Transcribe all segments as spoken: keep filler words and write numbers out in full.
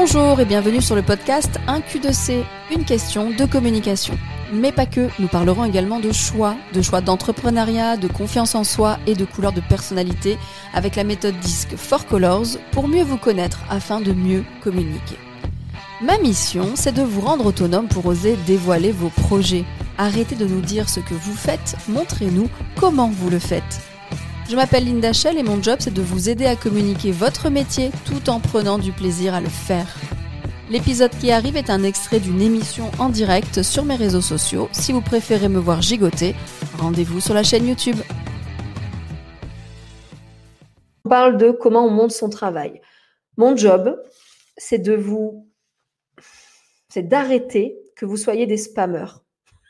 Bonjour et bienvenue sur le podcast un Q deux C, une question de communication. Mais pas que, nous parlerons également de choix, de choix d'entrepreneuriat, de confiance en soi et de couleurs de personnalité avec la méthode DISC four Colors pour mieux vous connaître afin de mieux communiquer. Ma mission, c'est de vous rendre autonome pour oser dévoiler vos projets. Arrêtez de nous dire ce que vous faites, montrez-nous comment vous le faites. Je m'appelle Linda Shell et mon job, c'est de vous aider à communiquer votre métier tout en prenant du plaisir à le faire. L'épisode qui arrive est un extrait d'une émission en direct sur mes réseaux sociaux. Si vous préférez me voir gigoter, rendez-vous sur la chaîne YouTube. On parle de comment on monte son travail. Mon job, c'est de vous, c'est d'arrêter que vous soyez des spammeurs,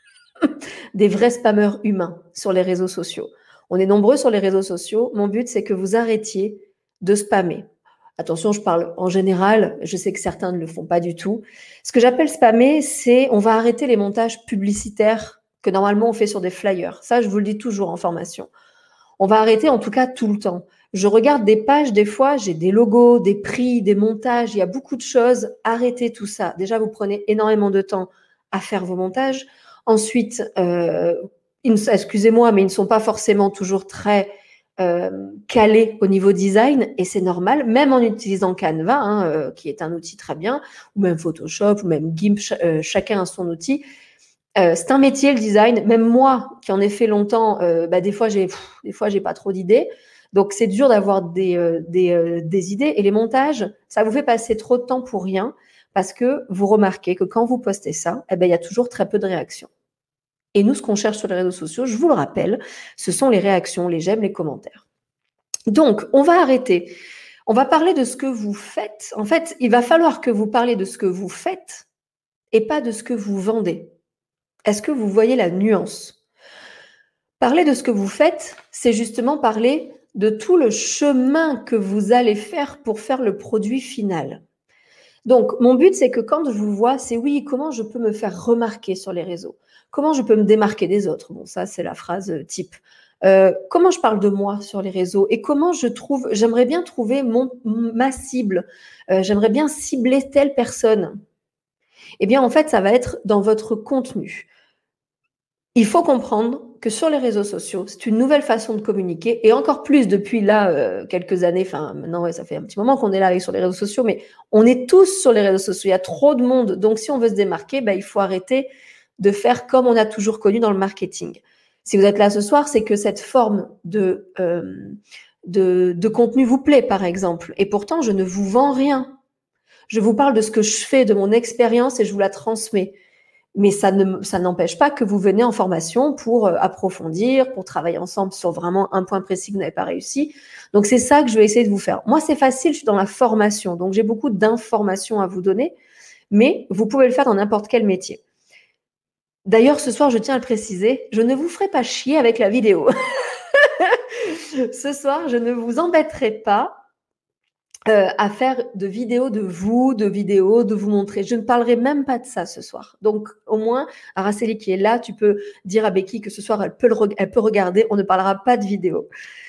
des vrais spammeurs humains sur les réseaux sociaux. On est nombreux sur les réseaux sociaux. Mon but, c'est que vous arrêtiez de spammer. Attention, je parle en général. Je sais que certains ne le font pas du tout. Ce que j'appelle spammer, c'est on va arrêter les montages publicitaires que normalement on fait sur des flyers. Ça, je vous le dis toujours en formation. On va arrêter en tout cas tout le temps. Je regarde des pages, des fois, j'ai des logos, des prix, des montages. Il y a beaucoup de choses. Arrêtez tout ça. Déjà, vous prenez énormément de temps à faire vos montages. Ensuite, euh, Ils, excusez-moi, mais ils ne sont pas forcément toujours très euh, calés au niveau design, et c'est normal, même en utilisant Canva, hein, euh, qui est un outil très bien, ou même Photoshop, ou même GIMP, ch- euh, chacun a son outil. Euh, c'est un métier, le design. Même moi, qui en ai fait longtemps, euh, bah, des fois, j'ai, pff, des fois, j'ai pas trop d'idées. Donc, c'est dur d'avoir des, euh, des, euh, des idées. Et les montages, ça vous fait passer trop de temps pour rien, parce que vous remarquez que quand vous postez ça, eh ben, il y a toujours très peu de réactions. Et nous, ce qu'on cherche sur les réseaux sociaux, je vous le rappelle, ce sont les réactions, les j'aime, les commentaires. Donc, on va arrêter. On va parler de ce que vous faites. En fait, il va falloir que vous parliez de ce que vous faites et pas de ce que vous vendez. Est-ce que vous voyez la nuance ? Parler de ce que vous faites, c'est justement parler de tout le chemin que vous allez faire pour faire le produit final. Donc, mon but, c'est que quand je vous vois, c'est oui, comment je peux me faire remarquer sur les réseaux ? Comment je peux me démarquer des autres ? Bon, ça, c'est la phrase type. Euh, comment je parle de moi sur les réseaux ? Et comment je trouve, j'aimerais bien trouver mon, ma cible. Euh, j'aimerais bien cibler telle personne. Eh bien, en fait, ça va être dans votre contenu. Il faut comprendre que sur les réseaux sociaux, c'est une nouvelle façon de communiquer, et encore plus depuis là euh, quelques années, enfin maintenant ouais, ça fait un petit moment qu'on est là sur les réseaux sociaux, mais on est tous sur les réseaux sociaux, il y a trop de monde, donc si on veut se démarquer, bah, il faut arrêter de faire comme on a toujours connu dans le marketing. Si vous êtes là ce soir, c'est que cette forme de, euh, de, de contenu vous plaît, par exemple, et pourtant je ne vous vends rien. Je vous parle de ce que je fais, de mon expérience, et je vous la transmets. Mais ça ne, ça n'empêche pas que vous venez en formation pour euh, approfondir, pour travailler ensemble sur vraiment un point précis que vous n'avez pas réussi. Donc, c'est ça que je vais essayer de vous faire. Moi, c'est facile, je suis dans la formation, donc j'ai beaucoup d'informations à vous donner, mais vous pouvez le faire dans n'importe quel métier. D'ailleurs, ce soir, je tiens à le préciser, je ne vous ferai pas chier avec la vidéo. Ce soir, je ne vous embêterai pas Euh, à faire de vidéos de vous, de vidéos de vous montrer. Je ne parlerai même pas de ça ce soir. Donc, au moins, Araceli qui est là, tu peux dire à Becky que ce soir, elle peut, le re- elle peut regarder. On ne parlera pas de vidéo.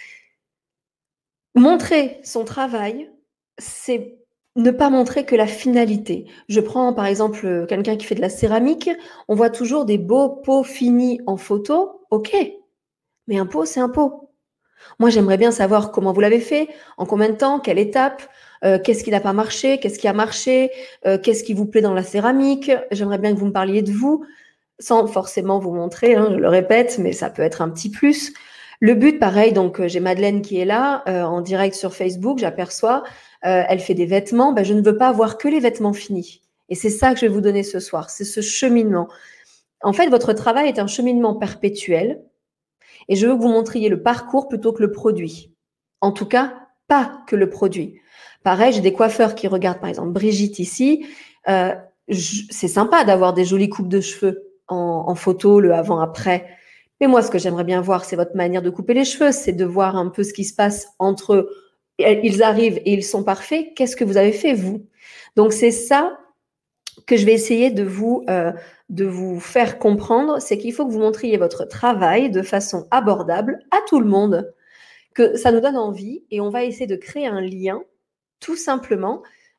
Montrer son travail, c'est ne pas montrer que la finalité. Je prends par exemple quelqu'un qui fait de la céramique. On voit toujours des beaux pots finis en photo. OK, mais un pot, c'est un pot. Moi, j'aimerais bien savoir comment vous l'avez fait, en combien de temps, quelle étape, euh, qu'est-ce qui n'a pas marché, qu'est-ce qui a marché, euh, qu'est-ce qui vous plaît dans la céramique. J'aimerais bien que vous me parliez de vous, sans forcément vous montrer, hein, je le répète, mais ça peut être un petit plus. Le but, pareil, donc euh, j'ai Madeleine qui est là, euh, en direct sur Facebook, j'aperçois, euh, elle fait des vêtements, ben, je ne veux pas avoir que les vêtements finis. Et c'est ça que je vais vous donner ce soir, c'est ce cheminement. En fait, votre travail est un cheminement perpétuel, et je veux que vous montriez le parcours plutôt que le produit. En tout cas, pas que le produit. Pareil, j'ai des coiffeurs qui regardent, par exemple, Brigitte ici. Euh, je, c'est sympa d'avoir des jolies coupes de cheveux en, en photo, le avant-après. Mais moi, ce que j'aimerais bien voir, c'est votre manière de couper les cheveux. C'est de voir un peu ce qui se passe entre ils arrivent et ils sont parfaits. Qu'est-ce que vous avez fait, vous ? Donc, c'est ça que je vais essayer de vous, euh, de vous faire comprendre, c'est qu'il faut que vous montriez votre travail de façon abordable à tout le monde, que ça nous donne envie, et on va essayer de créer un lien, tout simplement,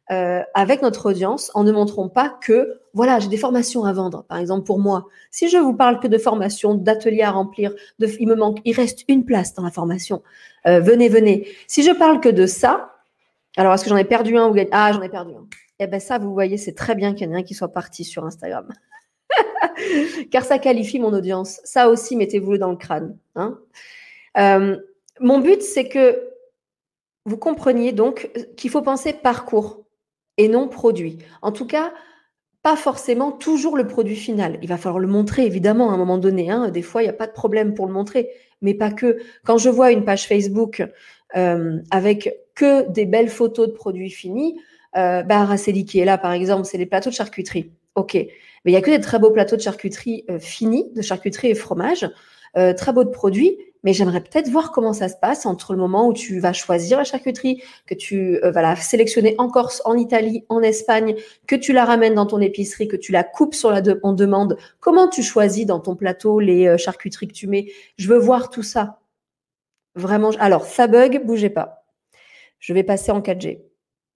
euh, avec notre audience en ne montrant pas que, voilà, j'ai des formations à vendre. Par exemple, pour moi, si je vous parle que de formations, d'ateliers à remplir, de, il me manque, il reste une place dans la formation. Euh, venez, venez. Si je parle que de ça, alors est-ce que j'en ai perdu un ou ah, j'en ai perdu un. Eh bien ça, vous voyez, c'est très bien qu'il y en ait un qui soit parti sur Instagram. Car ça qualifie mon audience. Ça aussi, mettez-vous-le dans le crâne. Hein. Euh, mon but, c'est que vous compreniez donc qu'il faut penser parcours et non produit. En tout cas, pas forcément toujours le produit final. Il va falloir le montrer, évidemment, à un moment donné. Hein. Des fois, il n'y a pas de problème pour le montrer, mais pas que. Quand je vois une page Facebook euh, avec que des belles photos de produits finis, euh, bah, Araceli qui est là, par exemple, c'est les plateaux de charcuterie. OK, mais il n'y a que des très beaux plateaux de charcuterie euh, finis, de charcuterie et fromage, euh, très beaux de produits, mais j'aimerais peut-être voir comment ça se passe entre le moment où tu vas choisir la charcuterie, que tu euh, vas la sélectionner en Corse, en Italie, en Espagne, que tu la ramènes dans ton épicerie, que tu la coupes sur la de- en demande. Comment tu choisis dans ton plateau les euh, charcuteries que tu mets? Je veux voir tout ça. Vraiment. Alors, ça bug, bougez pas. Je vais passer en quatre G.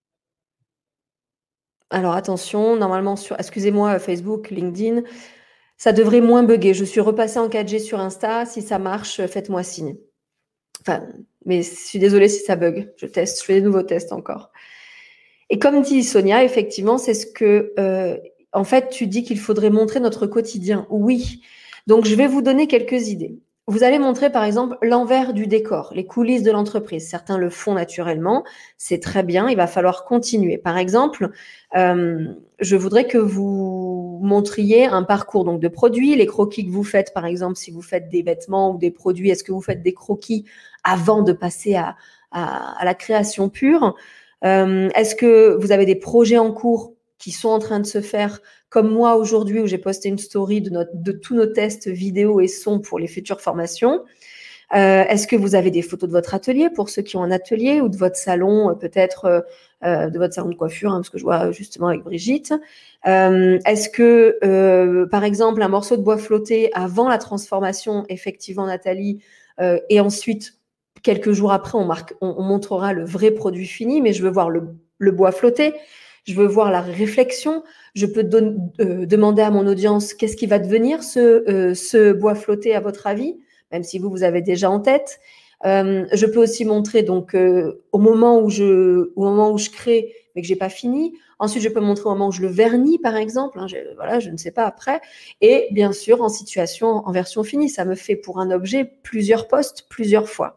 Alors, attention, normalement, sur, excusez-moi, Facebook, LinkedIn, ça devrait moins bugger. Je suis repassée en quatre G sur Insta. Si ça marche, faites-moi signe. Enfin, mais je suis désolée si ça bug. Je teste, je fais des nouveaux tests encore. Et comme dit Sonia, effectivement, c'est ce que, euh, en fait, tu dis qu'il faudrait montrer notre quotidien. Oui. Donc, je vais vous donner quelques idées. Vous allez montrer, par exemple, l'envers du décor, les coulisses de l'entreprise. Certains le font naturellement. C'est très bien. Il va falloir continuer. Par exemple, euh, je voudrais que vous montriez un parcours donc de produits, les croquis que vous faites, par exemple, si vous faites des vêtements ou des produits, est-ce que vous faites des croquis avant de passer à, à, à la création pure? Euh, est-ce que vous avez des projets en cours qui sont en train de se faire, comme moi aujourd'hui où j'ai posté une story de, notre, de tous nos tests vidéo et son pour les futures formations? Euh, est-ce que vous avez des photos de votre atelier pour ceux qui ont un atelier ou de votre salon, euh, peut-être euh, de votre salon de coiffure, hein, parce que je vois justement avec Brigitte. Euh, est-ce que, euh, par exemple, un morceau de bois flotté avant la transformation, effectivement, Nathalie, euh, et ensuite quelques jours après, on, marque, on, on montrera le vrai produit fini, mais je veux voir le, le bois flotté, je veux voir la réflexion, je peux don- euh, demander à mon audience qu'est-ce qui va devenir ce, euh, ce bois flotté à votre avis, même si vous, vous avez déjà en tête. Euh, je peux aussi montrer donc euh, au moment où je, au moment où je crée, mais que j'ai pas fini. Ensuite, je peux montrer au moment où je le vernis, par exemple. Hein, je, voilà, je ne sais pas après. Et bien sûr, en situation, en version finie, ça me fait pour un objet plusieurs postes, plusieurs fois.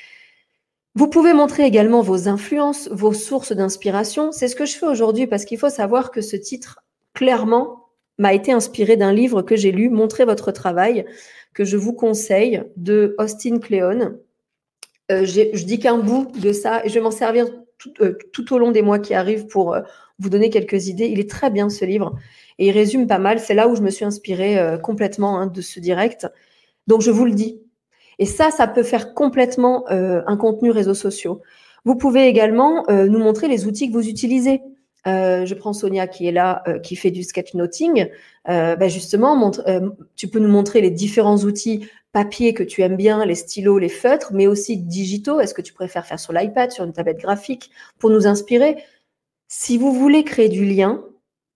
Vous pouvez montrer également vos influences, vos sources d'inspiration. C'est ce que je fais aujourd'hui parce qu'il faut savoir que ce titre, clairement, m'a été inspiré d'un livre que j'ai lu, Montrez votre travail, que je vous conseille, de Austin Kleon. Euh, je dis qu'un bout de ça et je vais m'en servir tout, euh, tout au long des mois qui arrivent pour euh, vous donner quelques idées. Il est très bien ce livre et il résume pas mal. C'est là où je me suis inspirée euh, complètement hein, de ce direct. Donc je vous le dis. Et ça, ça peut faire complètement euh, un contenu réseaux sociaux. Vous pouvez également euh, nous montrer les outils que vous utilisez. Euh, je prends Sonia qui est là, euh, qui fait du sketchnoting. Euh, ben justement, montre, euh, tu peux nous montrer les différents outils papier que tu aimes bien, les stylos, les feutres, mais aussi digitaux. Est-ce que tu préfères faire sur l'iPad, sur une tablette graphique pour nous inspirer? Si vous voulez créer du lien,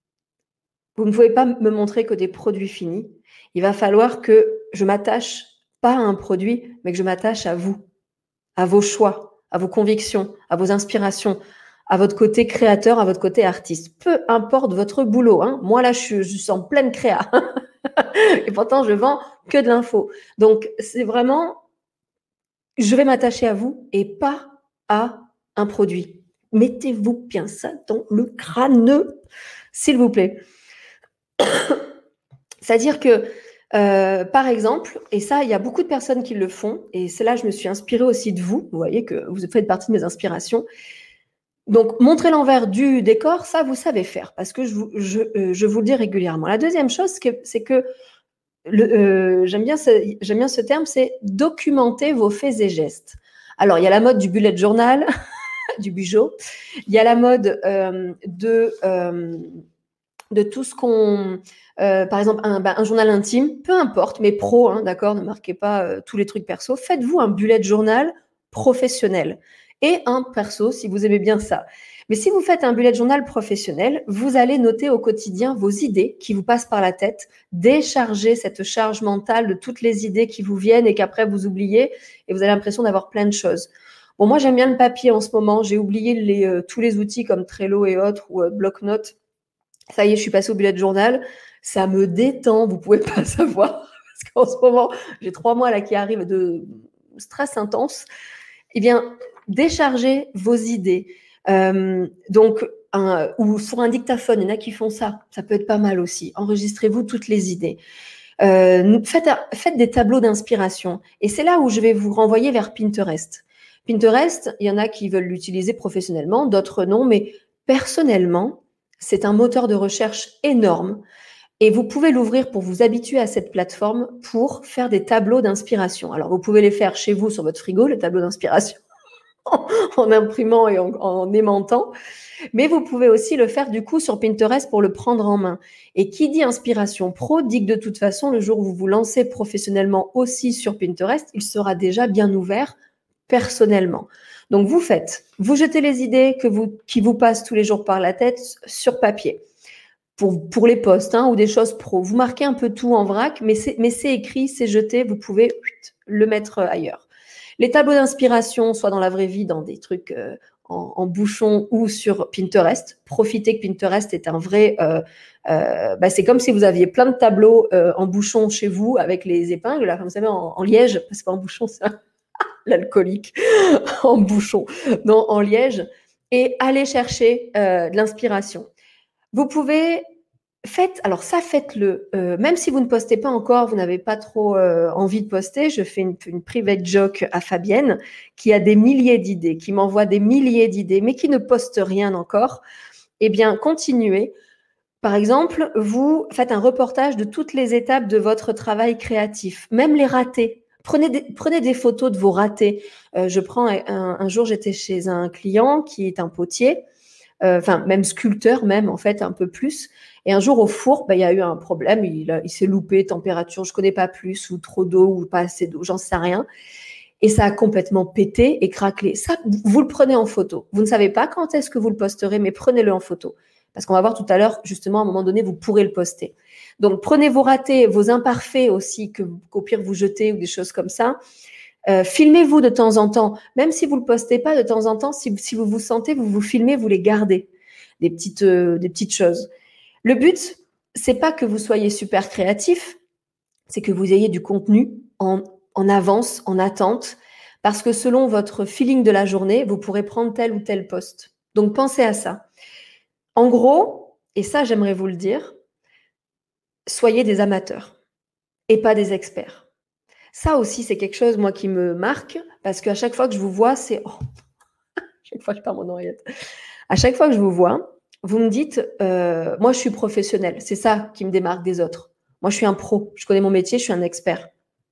vous ne pouvez pas me montrer que des produits finis. Il va falloir que je m'attache pas à un produit, mais que je m'attache à vous, à vos choix, à vos convictions, à vos inspirations, à votre côté créateur, à votre côté artiste. Peu importe votre boulot. Hein. Moi, là, je suis, je suis en pleine créa. Et pourtant, je vends que de l'info. Donc, c'est vraiment, je vais m'attacher à vous et pas à un produit. Mettez-vous bien ça dans le crâne, s'il vous plaît. C'est-à-dire que, euh, par exemple, et ça, il y a beaucoup de personnes qui le font, et c'est là je me suis inspirée aussi de vous. Vous voyez que vous faites partie de mes inspirations. Donc, montrer l'envers du décor, ça, vous savez faire, parce que je vous, je, euh, je vous le dis régulièrement. La deuxième chose, c'est que, c'est que le, euh, j'aime bien ce, j'aime bien ce terme, c'est documenter vos faits et gestes. Alors, il y a la mode du bullet journal, du bugeot. Il y a la mode euh, de, euh, de tout ce qu'on... Euh, par exemple, un, bah, un journal intime, peu importe, mais pro, hein, d'accord, ne marquez pas euh, tous les trucs perso. Faites-vous un bullet journal professionnel. et un perso si vous aimez bien ça. Mais si vous faites un bullet journal professionnel, vous allez noter au quotidien vos idées qui vous passent par la tête, décharger cette charge mentale de toutes les idées qui vous viennent et qu'après vous oubliez et vous avez l'impression d'avoir plein de choses. Bon, moi, j'aime bien le papier en ce moment. J'ai oublié les, euh, tous les outils comme Trello et autres ou euh, bloc-notes. Ça y est, je suis passée au bullet journal. Ça me détend, vous pouvez pas savoir. Parce qu'en ce moment, j'ai trois mois là qui arrivent de stress intense. Eh bien, déchargez vos idées. Euh, donc, un, ou sur un dictaphone, il y en a qui font ça. Ça peut être pas mal aussi. Enregistrez-vous toutes les idées. Euh, faites, faites des tableaux d'inspiration. Et c'est là où je vais vous renvoyer vers Pinterest. Pinterest, il y en a qui veulent l'utiliser professionnellement, d'autres non, mais personnellement, c'est un moteur de recherche énorme et vous pouvez l'ouvrir pour vous habituer à cette plateforme pour faire des tableaux d'inspiration. Alors, vous pouvez les faire chez vous sur votre frigo, les tableaux d'inspiration, en imprimant et en, en aimantant, mais vous pouvez aussi le faire du coup sur Pinterest pour le prendre en main. Et qui dit inspiration pro dit que de toute façon, le jour où vous vous lancez professionnellement aussi sur Pinterest, il sera déjà bien ouvert personnellement. Donc, vous faites, vous jetez les idées que vous, qui vous passent tous les jours par la tête sur papier pour, pour les posts hein, ou des choses pro. Vous marquez un peu tout en vrac, mais c'est, mais c'est écrit, c'est jeté, vous pouvez le mettre ailleurs. Les tableaux d'inspiration, soit dans la vraie vie, dans des trucs euh, en, en bouchon ou sur Pinterest. Profitez que Pinterest est un vrai... Euh, euh, bah c'est comme si vous aviez plein de tableaux euh, en bouchon chez vous avec les épingles, là, comme vous savez, en, en liège, c'est pas en bouchon, ça. L'alcoolique en bouchon, non, en liège, et allez chercher euh, de l'inspiration. Vous pouvez, faites, alors ça, faites-le, euh, même si vous ne postez pas encore, vous n'avez pas trop euh, envie de poster, je fais une, une private joke à Fabienne, qui a des milliers d'idées, qui m'envoie des milliers d'idées, mais qui ne poste rien encore. Eh bien, continuez. Par exemple, vous faites un reportage de toutes les étapes de votre travail créatif, même les ratés. Prenez des, prenez des photos de vos ratés. Euh, je prends un, un jour, j'étais chez un client qui est un potier, euh, enfin même sculpteur même en fait un peu plus. Et un jour au four, bah, il y a eu un problème. Il, a, il s'est loupé, température, je connais pas plus, ou trop d'eau ou pas assez d'eau, j'en sais rien. Et ça a complètement pété et craquelé. Ça, vous le prenez en photo. Vous ne savez pas quand est-ce que vous le posterez, mais prenez-le en photo. Parce qu'on va voir tout à l'heure, justement, à un moment donné, vous pourrez le poster. Donc, prenez vos ratés, vos imparfaits aussi, que, qu'au pire vous jetez ou des choses comme ça. Euh, filmez-vous de temps en temps. Même si vous ne le postez pas, de temps en temps, si, si vous vous sentez, vous vous filmez, vous les gardez. Des petites, euh, des petites choses. Le but, c'est pas que vous soyez super créatif, c'est que vous ayez du contenu en, en avance, en attente, parce que selon votre feeling de la journée, vous pourrez prendre tel ou tel post. Donc, pensez à ça. En gros, et ça j'aimerais vous le dire, soyez des amateurs et pas des experts. Ça aussi, c'est quelque chose, moi, qui me marque, parce qu'à chaque fois que je vous vois, c'est... Oh, chaque fois que je perds mon oreillette. À chaque fois que je vous vois, vous me dites, euh, moi, je suis professionnelle. C'est ça qui me démarque des autres. Moi, je suis un pro. Je connais mon métier, je suis un expert.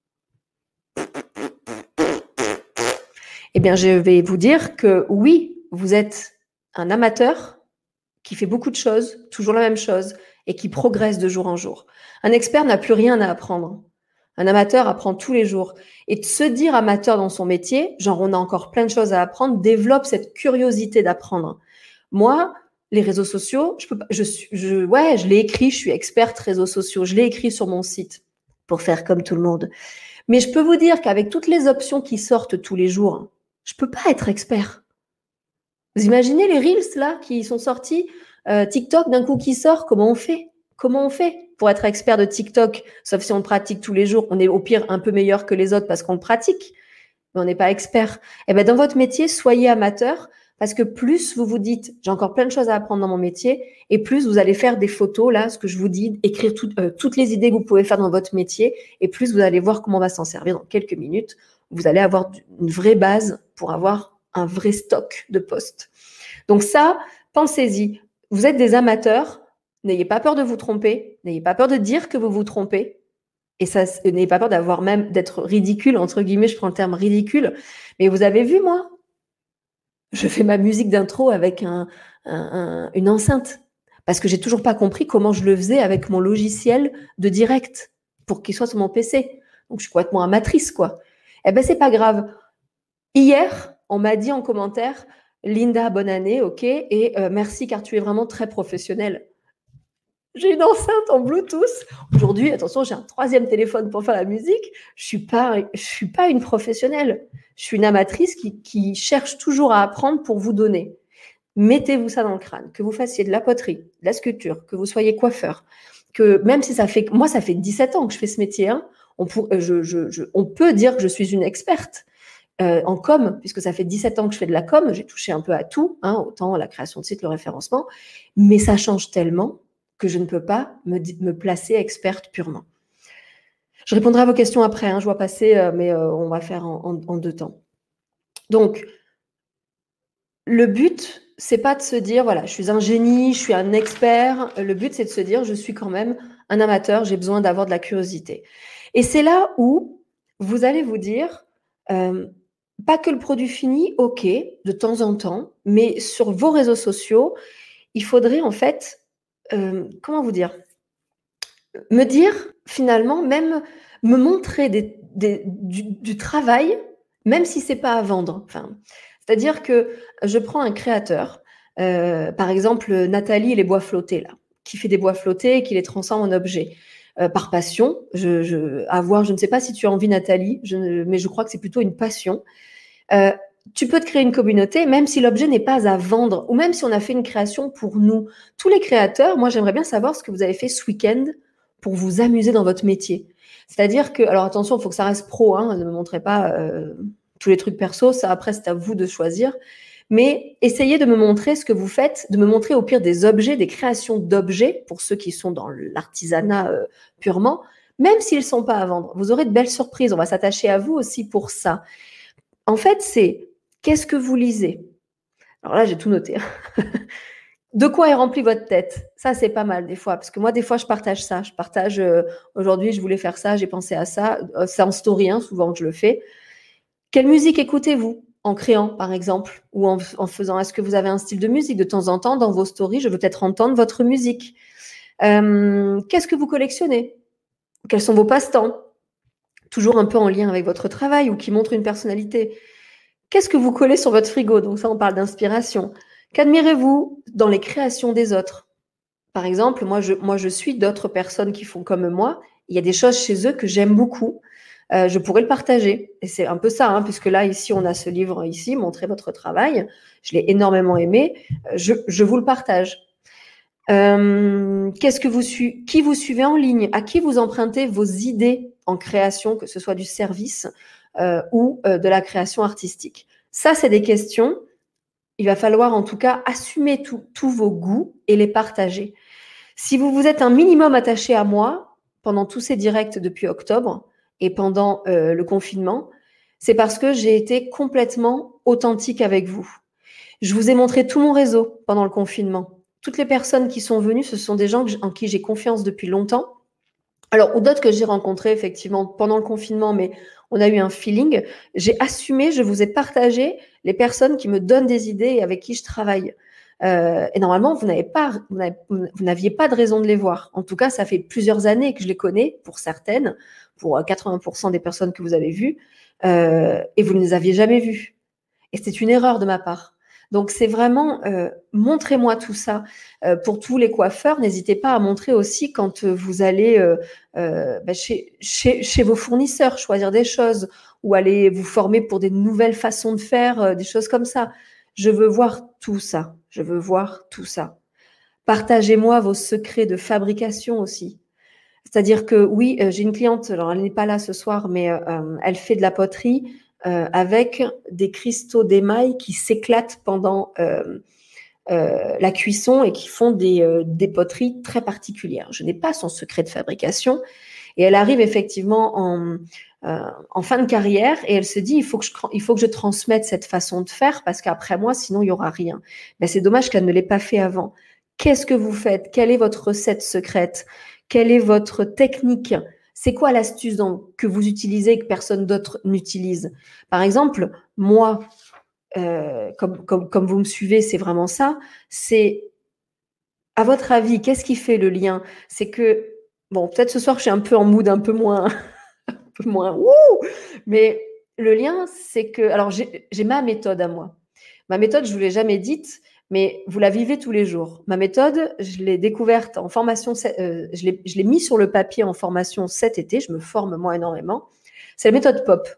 Eh bien, je vais vous dire que oui, vous êtes un amateur qui fait beaucoup de choses, toujours la même chose, et qui progresse de jour en jour. Un expert n'a plus rien à apprendre. Un amateur apprend tous les jours. Et de se dire amateur dans son métier, genre on a encore plein de choses à apprendre, développe cette curiosité d'apprendre. Moi, les réseaux sociaux, je peux pas, je suis, je, ouais, je l'ai écrit, je suis experte réseaux sociaux, je l'ai écrit sur mon site pour faire comme tout le monde. Mais je peux vous dire qu'avec toutes les options qui sortent tous les jours, je peux pas être expert. Vous imaginez les Reels là qui sont sortis, euh, TikTok d'un coup qui sort, comment on fait? Comment on fait pour être expert de TikTok? Sauf si on le pratique tous les jours, on est au pire un peu meilleur que les autres parce qu'on le pratique, mais on n'est pas expert. Eh ben dans votre métier, soyez amateur parce que plus vous vous dites j'ai encore plein de choses à apprendre dans mon métier et plus vous allez faire des photos là, ce que je vous dis, écrire tout, euh, toutes les idées que vous pouvez faire dans votre métier et plus vous allez voir comment on va s'en servir dans quelques minutes. Vous allez avoir une vraie base pour avoir un vrai stock de posts. Donc ça, pensez-y. Vous êtes des amateurs, n'ayez pas peur de vous tromper, n'ayez pas peur de dire que vous vous trompez, et ça, n'ayez pas peur d'avoir même d'être ridicule, entre guillemets, je prends le terme ridicule, mais vous avez vu, moi, je fais ma musique d'intro avec un, un, un, une enceinte, parce que j'ai toujours pas compris comment je le faisais avec mon logiciel de direct, pour qu'il soit sur mon P C. Donc je suis complètement amatrice, quoi. Eh ben c'est pas grave. Hier, on m'a dit en commentaire, Linda, bonne année, ok, et euh, merci car tu es vraiment très professionnelle. J'ai une enceinte en Bluetooth. Aujourd'hui, attention, j'ai un troisième téléphone pour faire la musique. Je ne suis, pas, je suis pas une professionnelle. Je suis une amatrice qui, qui cherche toujours à apprendre pour vous donner. Mettez-vous ça dans le crâne. Que vous fassiez de la poterie, de la sculpture, que vous soyez coiffeur, que même si ça fait... Moi, ça fait dix-sept ans que je fais ce métier. Hein, on, pour, je, je, je, on peut dire que je suis une experte. Euh, en com, puisque ça fait dix-sept ans que je fais de la com, j'ai touché un peu à tout, hein, autant la création de site, le référencement, mais ça change tellement que je ne peux pas me, me placer experte purement. Je répondrai à vos questions après, hein, je vois passer, euh, mais euh, on va faire en, en, en deux temps. Donc, le but, c'est pas de se dire, voilà, je suis un génie, je suis un expert. Le but, c'est de se dire, je suis quand même un amateur, j'ai besoin d'avoir de la curiosité. Et c'est là où vous allez vous dire, euh, pas que le produit fini, ok, de temps en temps, mais sur vos réseaux sociaux, il faudrait en fait, euh, comment vous dire, me dire finalement, même me montrer des, des, du, du travail, même si c'est pas à vendre. Enfin, c'est-à-dire que je prends un créateur, euh, par exemple Nathalie et les bois flottés là, qui fait des bois flottés et qui les transforme en objets. Euh, par passion, je, je, à voir, je ne sais pas si tu as envie Nathalie, je, mais je crois que c'est plutôt une passion. Euh, tu peux te créer une communauté, même si l'objet n'est pas à vendre, ou même si on a fait une création pour nous. Tous les créateurs, moi j'aimerais bien savoir ce que vous avez fait ce week-end pour vous amuser dans votre métier. C'est-à-dire que, alors attention, il faut que ça reste pro, hein, ne me montrez pas euh, tous les trucs perso, ça après c'est à vous de choisir, mais essayez de me montrer ce que vous faites, de me montrer au pire des objets, des créations d'objets, pour ceux qui sont dans l'artisanat euh, purement, même s'ils ne sont pas à vendre. Vous aurez de belles surprises, on va s'attacher à vous aussi pour ça. En fait, c'est qu'est-ce que vous lisez? Alors là, j'ai tout noté. De quoi est remplie votre tête? Ça, c'est pas mal des fois. Parce que moi, des fois, je partage ça. Je partage, euh, aujourd'hui, je voulais faire ça, j'ai pensé à ça. Euh, c'est en story, hein, souvent que je le fais. Quelle musique écoutez-vous en créant, par exemple? Ou en, en faisant, est-ce que vous avez un style de musique? De temps en temps, dans vos stories, je veux peut-être entendre votre musique. Euh, qu'est-ce que vous collectionnez? Quels sont vos passe-temps? Toujours un peu en lien avec votre travail ou qui montrent une personnalité. Qu'est-ce que vous collez sur votre frigo? Donc ça, on parle d'inspiration. Qu'admirez-vous dans les créations des autres? Par exemple, moi je, moi, je suis d'autres personnes qui font comme moi. Il y a des choses chez eux que j'aime beaucoup. Euh, je pourrais le partager. Et c'est un peu ça, hein, puisque là, ici, on a ce livre ici, Montrez votre travail. Je l'ai énormément aimé. Je, je vous le partage. Euh, qu'est-ce que vous su- qui vous suivez en ligne? À qui vous empruntez vos idées en création, que ce soit du service euh, ou euh, de la création artistique? Ça, c'est des questions. Il va falloir en tout cas assumer tous vos goûts et les partager. Si vous vous êtes un minimum attaché à moi pendant tous ces directs depuis octobre et pendant euh, le confinement, c'est parce que j'ai été complètement authentique avec vous. Je vous ai montré tout mon réseau pendant le confinement. Toutes les personnes qui sont venues, ce sont des gens en qui j'ai confiance depuis longtemps. Alors, ou d'autres que j'ai rencontrés effectivement pendant le confinement, mais on a eu un feeling. J'ai assumé, je vous ai partagé les personnes qui me donnent des idées et avec qui je travaille. Euh, et normalement, vous n'avez pas, vous n'aviez pas de raison de les voir. En tout cas, ça fait plusieurs années que je les connais, pour certaines, pour quatre-vingts pour cent des personnes que vous avez vues, euh, et vous ne les aviez jamais vues. Et c'est une erreur de ma part. Donc, c'est vraiment, euh, montrez-moi tout ça. Euh, pour tous les coiffeurs, n'hésitez pas à montrer aussi quand vous allez euh, euh, bah, chez, chez, chez vos fournisseurs, choisir des choses ou aller vous former pour des nouvelles façons de faire, euh, des choses comme ça. Je veux voir tout ça. Je veux voir tout ça. Partagez-moi vos secrets de fabrication aussi. C'est-à-dire que oui, euh, j'ai une cliente, alors elle n'est pas là ce soir, mais euh, elle fait de la poterie euh, avec des cristaux d'émail qui s'éclatent pendant euh, euh, la cuisson et qui font des, euh, des poteries très particulières. Je n'ai pas son secret de fabrication et elle arrive effectivement en, euh, en fin de carrière et elle se dit il faut, que je, il faut que je transmette cette façon de faire parce qu'après moi, sinon il n'y aura rien. Mais c'est dommage qu'elle ne l'ait pas fait avant. Qu'est-ce que vous faites? Quelle est votre recette secrète? Quelle est votre technique? C'est quoi l'astuce que vous utilisez et que personne d'autre n'utilise? Par exemple, moi, euh, comme, comme, comme vous me suivez, c'est vraiment ça. C'est, à votre avis, qu'est-ce qui fait le lien? C'est que, bon, peut-être ce soir, je suis un peu en mood un peu moins, un peu moins, wouh, mais le lien, c'est que... Alors, j'ai, j'ai ma méthode à moi. Ma méthode, je ne vous l'ai jamais dite, mais vous la vivez tous les jours. Ma méthode, je l'ai découverte en formation, euh, je l'ai, je l'ai mis sur le papier en formation cet été, je me forme moi énormément. C'est la méthode POP.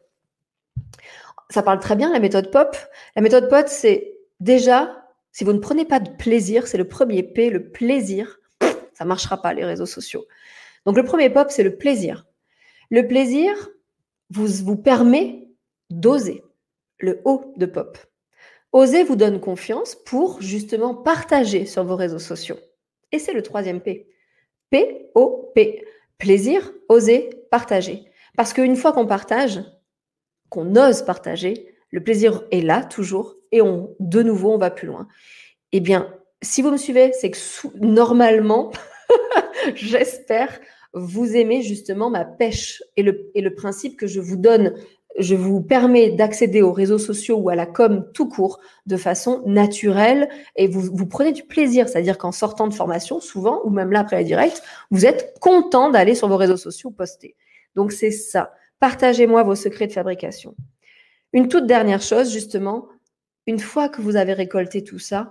Ça parle très bien, la méthode POP. La méthode POP, c'est déjà, si vous ne prenez pas de plaisir, c'est le premier P, le plaisir, ça ne marchera pas, les réseaux sociaux. Donc, le premier POP, c'est le plaisir. Le plaisir vous, vous permet d'oser, le O de POP. Oser vous donne confiance pour justement partager sur vos réseaux sociaux. Et c'est le troisième P. P O P. Plaisir, oser, partager. Parce qu'une fois qu'on partage, qu'on ose partager, le plaisir est là toujours et on, de nouveau, on va plus loin. Eh bien, si vous me suivez, c'est que sous, normalement, j'espère, vous aimez justement ma pêche et le, et le principe que je vous donne. Je vous permets d'accéder aux réseaux sociaux ou à la com tout court de façon naturelle et vous, vous prenez du plaisir. C'est-à-dire qu'en sortant de formation, souvent, ou même là après la direct, vous êtes content d'aller sur vos réseaux sociaux poster. Donc, c'est ça. Partagez-moi vos secrets de fabrication. Une toute dernière chose, justement, une fois que vous avez récolté tout ça,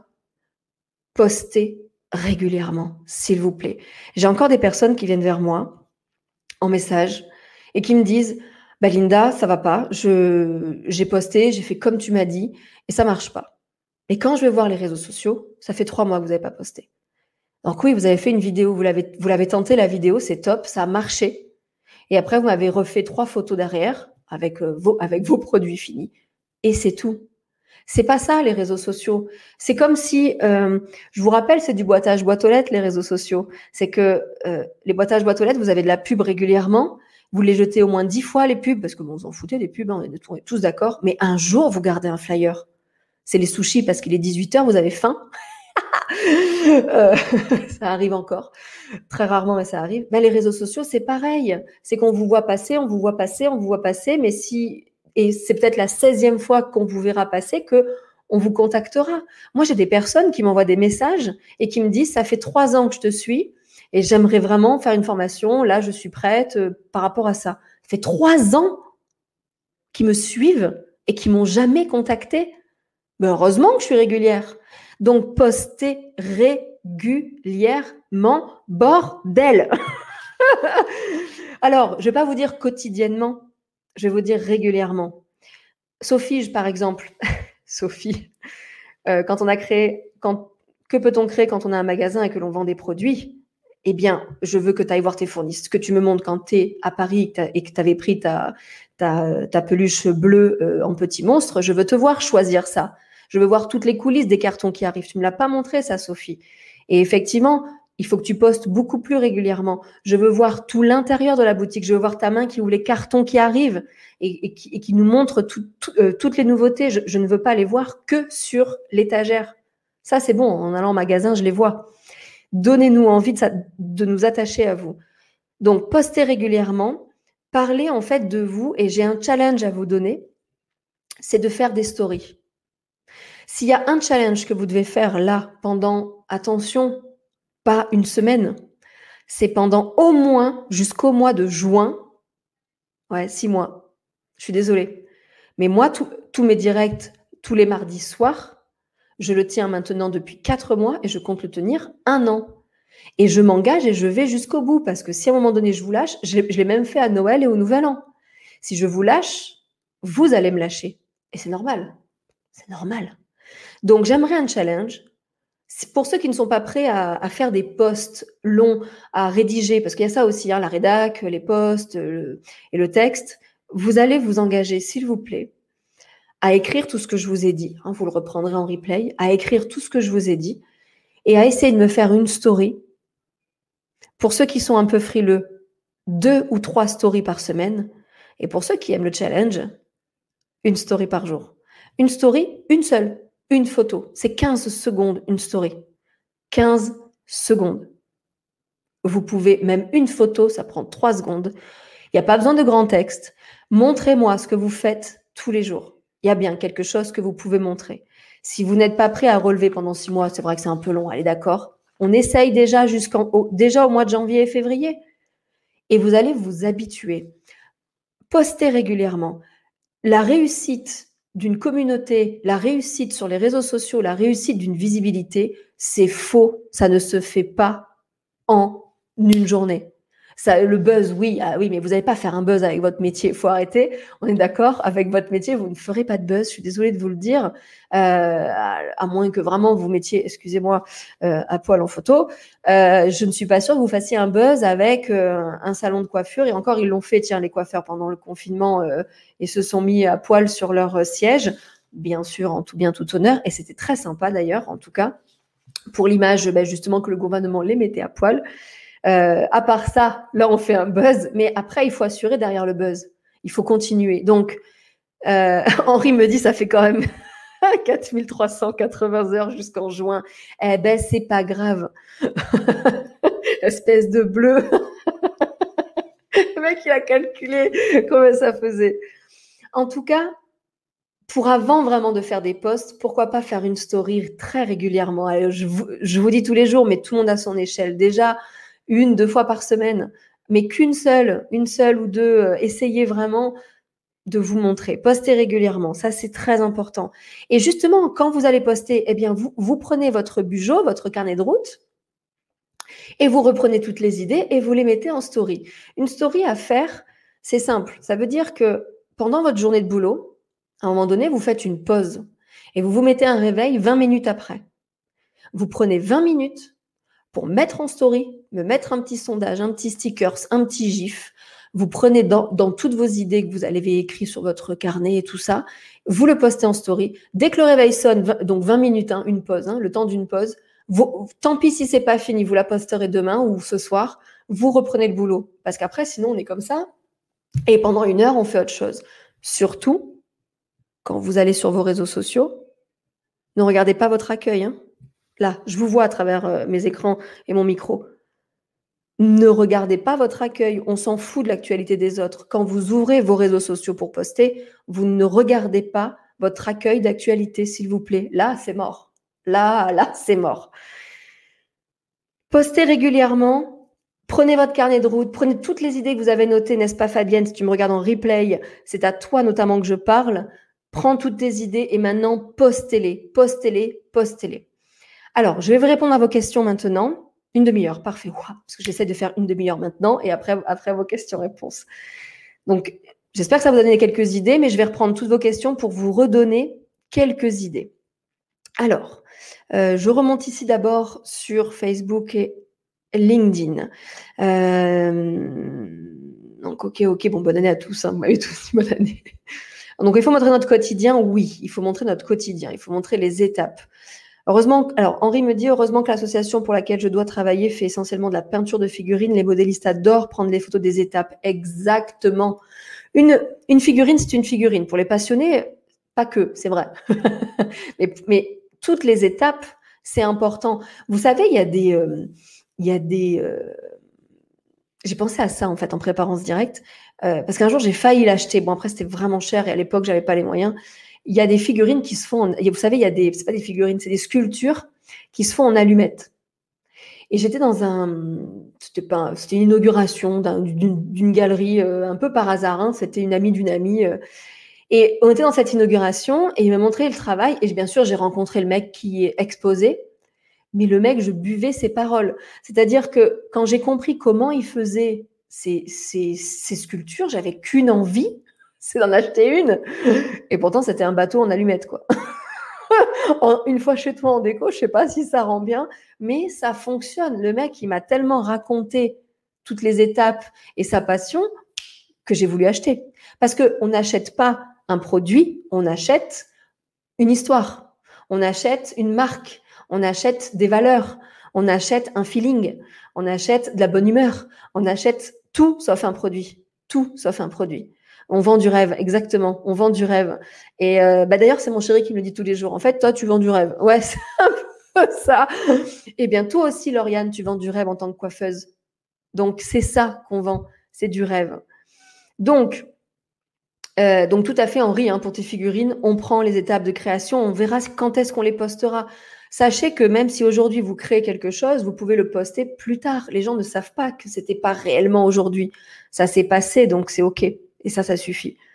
postez régulièrement, s'il vous plaît. J'ai encore des personnes qui viennent vers moi en message et qui me disent bah, « Linda, ça va pas, je, j'ai posté, j'ai fait comme tu m'as dit et ça marche pas. » Et quand je vais voir les réseaux sociaux, ça fait trois mois que vous n'avez pas posté. Donc oui, vous avez fait une vidéo, vous l'avez, vous l'avez tenté la vidéo, c'est top, ça a marché. Et après, vous m'avez refait trois photos derrière avec, euh, vos, avec vos produits finis. Et c'est tout. C'est pas ça, les réseaux sociaux. C'est comme si, euh, je vous rappelle, c'est du boitage boîte aux lettres, les réseaux sociaux. C'est que euh, les boîtages boîte aux lettres, vous avez de la pub régulièrement, vous les jetez au moins dix fois, les pubs, parce que bon, vous en foutez des pubs, hein, on est tous d'accord, mais un jour, vous gardez un flyer. C'est les sushis parce qu'il est dix-huit heures, vous avez faim. euh, ça arrive encore. Très rarement, mais ça arrive. Ben, les réseaux sociaux, c'est pareil. C'est qu'on vous voit passer, on vous voit passer, on vous voit passer, mais si... Et c'est peut-être la seizième fois qu'on vous verra passer que on vous contactera. Moi, j'ai des personnes qui m'envoient des messages et qui me disent « ça fait trois ans que je te suis et j'aimerais vraiment faire une formation. Là, je suis prête euh, par rapport à ça. » Ça fait trois ans qu'ils me suivent et qui m'ont jamais contacté. Mais heureusement que je suis régulière. Donc, postez régulièrement, bordel. Alors, je ne vais pas vous dire quotidiennement, je vais vous dire régulièrement. Sophie, par exemple, Sophie, euh, quand on a créé, quand, que peut-on créer quand on a un magasin et que l'on vend des produits ? Eh bien, je veux que tu ailles voir tes fournisseurs, que tu me montres quand tu es à Paris et que tu avais pris ta, ta, ta peluche bleue euh, en petit monstre, je veux te voir choisir ça. Je veux voir toutes les coulisses des cartons qui arrivent. Tu ne me l'as pas montré, ça, Sophie. Et effectivement, il faut que tu postes beaucoup plus régulièrement. Je veux voir tout l'intérieur de la boutique. Je veux voir ta main qui ouvre les cartons qui arrivent et, et, qui, et qui nous montre tout, tout, euh, toutes les nouveautés. Je, je ne veux pas les voir que sur l'étagère. Ça, c'est bon. En allant au magasin, je les vois. Donnez-nous envie de, de nous attacher à vous. Donc, postez régulièrement. Parlez en fait de vous. Et j'ai un challenge à vous donner. C'est de faire des stories. S'il y a un challenge que vous devez faire là pendant, attention, pas une semaine, c'est pendant au moins jusqu'au mois de juin, ouais, six mois, je suis désolée. Mais moi, tous mes directs, tous les mardis soirs, je le tiens maintenant depuis quatre mois et je compte le tenir un an. Et je m'engage et je vais jusqu'au bout parce que si à un moment donné je vous lâche, je l'ai même fait à Noël et au Nouvel An. Si je vous lâche, vous allez me lâcher. Et c'est normal. C'est normal. Donc, j'aimerais un challenge. Pour ceux qui ne sont pas prêts à, à faire des posts longs, à rédiger, parce qu'il y a ça aussi, hein, la rédac, les posts le, et le texte, vous allez vous engager, s'il vous plaît, à écrire tout ce que je vous ai dit. Hein, vous le reprendrez en replay, à écrire tout ce que je vous ai dit et à essayer de me faire une story. Pour ceux qui sont un peu frileux, deux ou trois stories par semaine. Et pour ceux qui aiment le challenge, une story par jour. Une story, une seule. Une photo, c'est quinze secondes, une story. quinze secondes. Vous pouvez, même une photo, ça prend trois secondes. Il n'y a pas besoin de grand texte. Montrez-moi ce que vous faites tous les jours. Il y a bien quelque chose que vous pouvez montrer. Si vous n'êtes pas prêt à relever pendant six mois, c'est vrai que c'est un peu long, allez d'accord. On essaye déjà, jusqu'en, au, déjà au mois de janvier et février. Et vous allez vous habituer. Postez régulièrement. la réussite d'une communauté, la réussite sur les réseaux sociaux, la réussite d'une visibilité, c'est faux. Ça ne se fait pas en une journée. Ça, le buzz, oui, ah oui, mais vous n'allez pas faire un buzz avec votre métier. Il faut arrêter. On est d'accord, avec votre métier, vous ne ferez pas de buzz. Je suis désolée de vous le dire, euh, à, à moins que vraiment vous mettiez, excusez-moi, euh, à poil en photo. Euh, je ne suis pas sûre que vous fassiez un buzz avec euh, un salon de coiffure. Et encore, ils l'ont fait, tiens, les coiffeurs pendant le confinement euh, et se sont mis à poil sur leur euh, siège, bien sûr, en tout bien, tout honneur. Et c'était très sympa d'ailleurs, en tout cas, pour l'image, ben, justement, que le gouvernement les mettait à poil. Euh, à part ça, là, on fait un buzz, mais après, il faut assurer derrière le buzz. Il faut continuer. Donc, euh, Henri me dit, ça fait quand même quatre mille trois cent quatre-vingts heures jusqu'en juin. Eh ben, c'est pas grave. Espèce de bleu. Le mec, il a calculé combien ça faisait. En tout cas, pour avant vraiment de faire des posts, pourquoi pas faire une story très régulièrement. Alors, je, vous, je vous dis tous les jours, mais tout le monde à son échelle. Déjà, une, deux fois par semaine, mais qu'une seule, une seule ou deux, euh, essayez vraiment de vous montrer. Postez régulièrement, ça c'est très important. Et justement, quand vous allez poster, eh bien, vous, vous prenez votre bugeot, votre carnet de route, et vous reprenez toutes les idées et vous les mettez en story. Une story à faire, c'est simple. Ça veut dire que pendant votre journée de boulot, à un moment donné, vous faites une pause et vous vous mettez un réveil vingt minutes après. Vous prenez vingt minutes pour mettre en story, me mettre un petit sondage, un petit stickers, un petit gif. Vous prenez dans, dans toutes vos idées que vous avez écrites sur votre carnet et tout ça, vous le postez en story. Dès que le réveil sonne, donc vingt minutes, hein, une pause, hein, le temps d'une pause, vous, tant pis si c'est pas fini, vous la posterez demain ou ce soir, vous reprenez le boulot. Parce qu'après, sinon, on est comme ça. Et pendant une heure, on fait autre chose. Surtout, quand vous allez sur vos réseaux sociaux, ne regardez pas votre accueil, hein. Là, je vous vois à travers euh, mes écrans et mon micro. Ne regardez pas votre accueil. On s'en fout de l'actualité des autres. Quand vous ouvrez vos réseaux sociaux pour poster, vous ne regardez pas votre accueil d'actualité, s'il vous plaît. Là, c'est mort. Là, là, c'est mort. Postez régulièrement. Prenez votre carnet de route. Prenez toutes les idées que vous avez notées, n'est-ce pas, Fabienne? Si tu me regardes en replay, c'est à toi notamment que je parle. Prends toutes tes idées et maintenant, postez-les, postez-les, postez-les. Alors, je vais vous répondre à vos questions maintenant. Une demi-heure, parfait. Wow, parce que j'essaie de faire une demi-heure maintenant et après, après vos questions-réponses. Donc, j'espère que ça vous a donné quelques idées, mais je vais reprendre toutes vos questions pour vous redonner quelques idées. Alors, euh, je remonte ici d'abord sur Facebook et LinkedIn. Euh, donc, ok, ok, bon, bonne année à tous. Hein, vous m'avez tous dit bonne année. Donc, il faut montrer notre quotidien. Oui, il faut montrer notre quotidien. Il faut montrer les étapes. Heureusement, alors Henri me dit, heureusement que l'association pour laquelle je dois travailler fait essentiellement de la peinture de figurines. Les modélistes adorent prendre les photos des étapes. Exactement. Une, une figurine, c'est une figurine. Pour les passionnés, pas que, c'est vrai. mais, mais toutes les étapes, c'est important. Vous savez, il y a des... Euh, il y a des euh... J'ai pensé à ça, en fait, en préparant ce direct. Euh, parce qu'un jour, j'ai failli l'acheter. Bon, après, c'était vraiment cher et à l'époque, j'avais pas les moyens. Il y a des figurines qui se font, en, vous savez, il y a des, c'est pas des figurines, c'est des sculptures qui se font en allumettes. Et j'étais dans un, c'était pas, c'était une inauguration d'un, d'une, d'une galerie euh, un peu par hasard. Hein, c'était une amie d'une amie. Euh, et on était dans cette inauguration et il m'a montré le travail. Et bien sûr, j'ai rencontré le mec qui est exposé. Mais le mec, je buvais ses paroles. C'est-à-dire que quand j'ai compris comment il faisait ces, ces, ces sculptures, j'avais qu'une envie, c'est d'en acheter une. Et pourtant, c'était un bateau en allumettes, quoi. Une fois chez toi en déco, je sais pas si ça rend bien, mais ça fonctionne. Le mec, il m'a tellement raconté toutes les étapes et sa passion que j'ai voulu acheter. Parce qu'on n'achète pas un produit, on achète une histoire. On achète une marque. On achète des valeurs. On achète un feeling. On achète de la bonne humeur. On achète tout sauf un produit. Tout sauf un produit. On vend du rêve, exactement. On vend du rêve. Et euh, bah d'ailleurs, c'est mon chéri qui me le dit tous les jours. En fait, toi, tu vends du rêve. Ouais, c'est un peu ça. Eh bien, toi aussi, Lauriane, tu vends du rêve en tant que coiffeuse. Donc, c'est ça qu'on vend. C'est du rêve. Donc, euh, donc tout à fait, Henri, hein, pour tes figurines, on prend les étapes de création. On verra quand est-ce qu'on les postera. Sachez que même si aujourd'hui vous créez quelque chose, vous pouvez le poster plus tard. Les gens ne savent pas que c'était pas réellement aujourd'hui. Ça s'est passé, donc c'est OK. Et ça, ça suffit.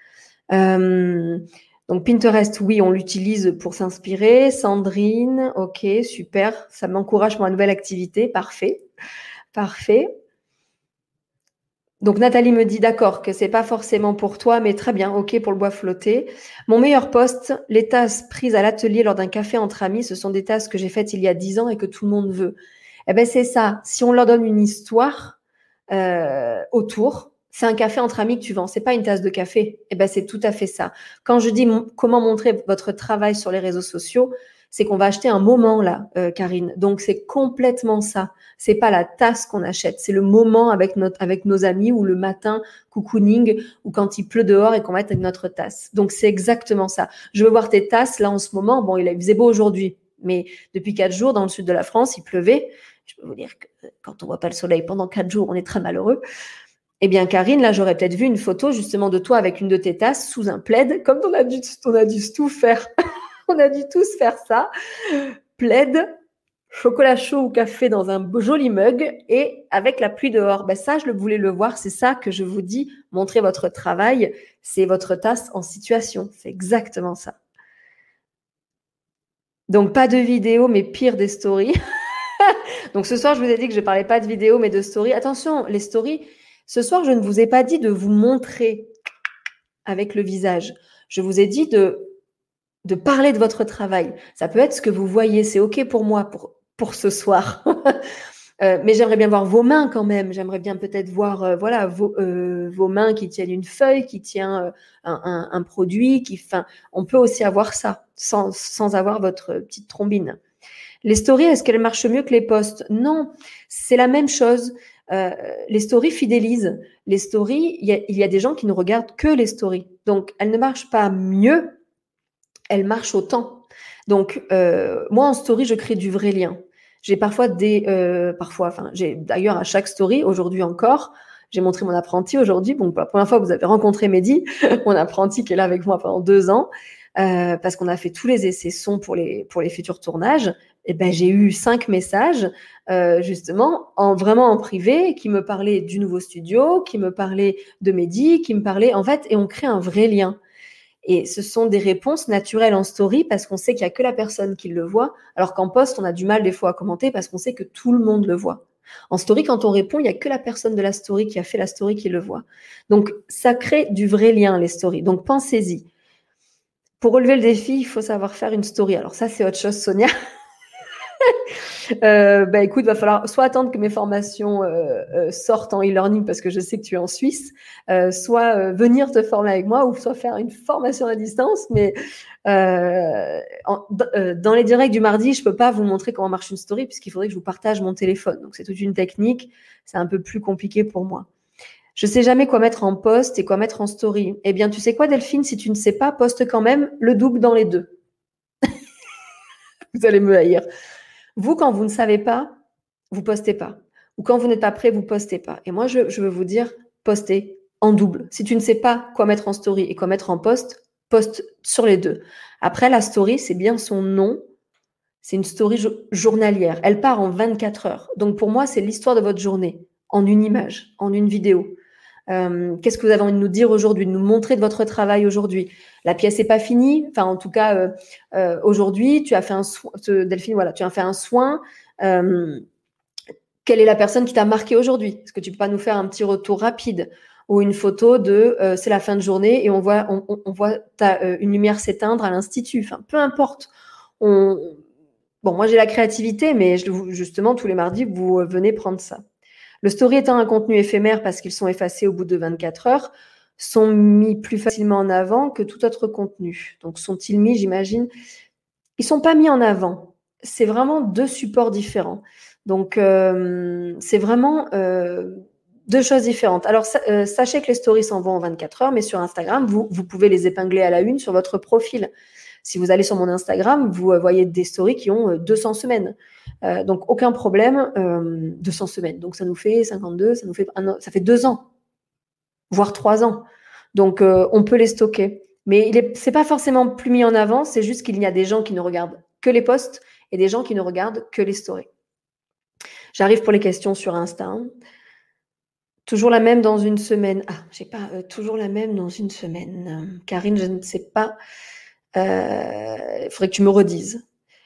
Euh, donc Pinterest, oui, on l'utilise pour s'inspirer. Sandrine, ok, super. Ça m'encourage pour une nouvelle activité. Parfait. Parfait. Donc Nathalie me dit d'accord que c'est pas forcément pour toi, mais très bien, ok pour le bois flotté. Mon meilleur poste, les tasses prises à l'atelier lors d'un café entre amis, ce sont des tasses que j'ai faites il y a dix ans et que tout le monde veut. Eh ben c'est ça. Si on leur donne une histoire euh, autour, c'est un café entre amis que tu vends. C'est pas une tasse de café. Eh ben c'est tout à fait ça. Quand je dis mon, comment montrer votre travail sur les réseaux sociaux, c'est qu'on va acheter un moment là, euh, Karine. Donc c'est complètement ça. C'est pas la tasse qu'on achète, c'est le moment avec notre, avec nos amis ou le matin cocooning ou quand il pleut dehors et qu'on va être avec notre tasse. Donc c'est exactement ça. Je veux voir tes tasses là en ce moment. Bon, il faisait beau aujourd'hui, mais depuis quatre jours dans le sud de la France, il pleuvait. Je peux vous dire que quand on voit pas le soleil pendant quatre jours, on est très malheureux. Eh bien, Karine, là, j'aurais peut-être vu une photo justement de toi avec une de tes tasses sous un plaid, comme on a dû, on a dû tout faire. On a dû tous faire ça. Plaid, chocolat chaud ou café dans un joli mug et avec la pluie dehors. Ben ça, je voulais le voir. C'est ça que je vous dis. Montrez votre travail. C'est votre tasse en situation. C'est exactement ça. Donc, pas de vidéo, mais pire des stories. Donc, ce soir, je vous ai dit que je ne parlais pas de vidéo, mais de stories. Attention, les stories, ce soir, je ne vous ai pas dit de vous montrer avec le visage. Je vous ai dit de, de parler de votre travail. Ça peut être ce que vous voyez. C'est OK pour moi, pour, pour ce soir. euh, mais j'aimerais bien voir vos mains quand même. J'aimerais bien peut-être voir euh, voilà, vos, euh, vos mains qui tiennent une feuille, qui tient euh, un, un, un produit. Qui, fin, on peut aussi avoir ça sans, sans avoir votre petite trombine. Les stories, est-ce qu'elles marchent mieux que les posts? Non, c'est la même chose. Euh, les stories fidélisent. Les stories, il y, a, il y a des gens qui ne regardent que les stories. Donc, elles ne marchent pas mieux, elles marchent autant. Donc, euh, moi, en story, je crée du vrai lien. J'ai parfois des... Euh, parfois, enfin, j'ai d'ailleurs à chaque story, aujourd'hui encore, j'ai montré mon apprenti aujourd'hui. Bon, pour la première fois, vous avez rencontré Mehdi, mon apprenti qui est là avec moi pendant deux ans, euh, parce qu'on a fait tous les essais sons pour les, pour les futurs tournages. Et ben, j'ai eu cinq messages, euh, justement, en, vraiment en privé, qui me parlaient du nouveau studio, qui me parlaient de Mehdi, qui me parlaient, en fait, et on crée un vrai lien. Et ce sont des réponses naturelles en story parce qu'on sait qu'il n'y a que la personne qui le voit, alors qu'en post, on a du mal des fois à commenter parce qu'on sait que tout le monde le voit. En story, quand on répond, il n'y a que la personne de la story qui a fait la story qui le voit. Donc, ça crée du vrai lien, les stories. Donc, pensez-y. Pour relever le défi, il faut savoir faire une story. Alors ça, c'est autre chose, Sonia. euh, bah écoute, va falloir soit attendre que mes formations euh, euh, sortent en e-learning parce que je sais que tu es en Suisse, euh, soit euh, venir te former avec moi ou soit faire une formation à distance. Mais euh, en, euh, dans les directs du mardi, je peux pas vous montrer comment marche une story puisqu'il faudrait que je vous partage mon téléphone. Donc c'est toute une technique, c'est un peu plus compliqué pour moi. Je sais jamais quoi mettre en post et quoi mettre en story. Eh bien, tu sais quoi, Delphine, si tu ne sais pas, poste quand même le double dans les deux. Vous allez me haïr. Vous, quand vous ne savez pas, vous postez pas. Ou quand vous n'êtes pas prêt, vous postez pas. Et moi, je, je veux vous dire, postez en double. Si tu ne sais pas quoi mettre en story et quoi mettre en post, poste sur les deux. Après, la story, c'est bien son nom. C'est une story jo- journalière. Elle part en vingt-quatre heures. Donc, pour moi, c'est l'histoire de votre journée, en une image, en une vidéo. Euh, qu'est-ce que vous avez envie de nous dire aujourd'hui, de nous montrer de votre travail aujourd'hui? La pièce n'est pas finie. Enfin, en tout cas, euh, euh, aujourd'hui, tu as fait un soin. Delphine, voilà, tu as fait un soin. Euh, quelle est la personne qui t'a marqué aujourd'hui? Est-ce que tu peux pas nous faire un petit retour rapide ou une photo de euh, c'est la fin de journée et on voit, on, on, on voit ta, euh, une lumière s'éteindre à l'institut. Enfin, peu importe. On... Bon, moi j'ai la créativité, mais je, justement tous les mardis vous venez prendre ça. Le story étant un contenu éphémère parce qu'ils sont effacés au bout de vingt-quatre heures, sont mis plus facilement en avant que tout autre contenu. Donc, sont-ils mis, j'imagine? Ils ne sont pas mis en avant. C'est vraiment deux supports différents. Donc, euh, c'est vraiment euh, deux choses différentes. Alors, euh, sachez que les stories s'en vont en vingt-quatre heures, mais sur Instagram, vous, vous pouvez les épingler à la une sur votre profil. Si vous allez sur mon Instagram, vous voyez des stories qui ont deux cents semaines. Euh, donc, aucun problème, euh, deux cents semaines. Donc, ça nous fait cinquante-deux, ça nous fait un an, ça fait deux ans, voire trois ans. Donc, euh, on peut les stocker. Mais ce n'est pas forcément plus mis en avant, c'est juste qu'il y a des gens qui ne regardent que les posts et des gens qui ne regardent que les stories. J'arrive pour les questions sur Insta. Toujours la même dans une semaine. Ah, j'ai pas euh, toujours la même dans une semaine. Euh, Karine, je ne sais pas. Il faudrait que tu me redises.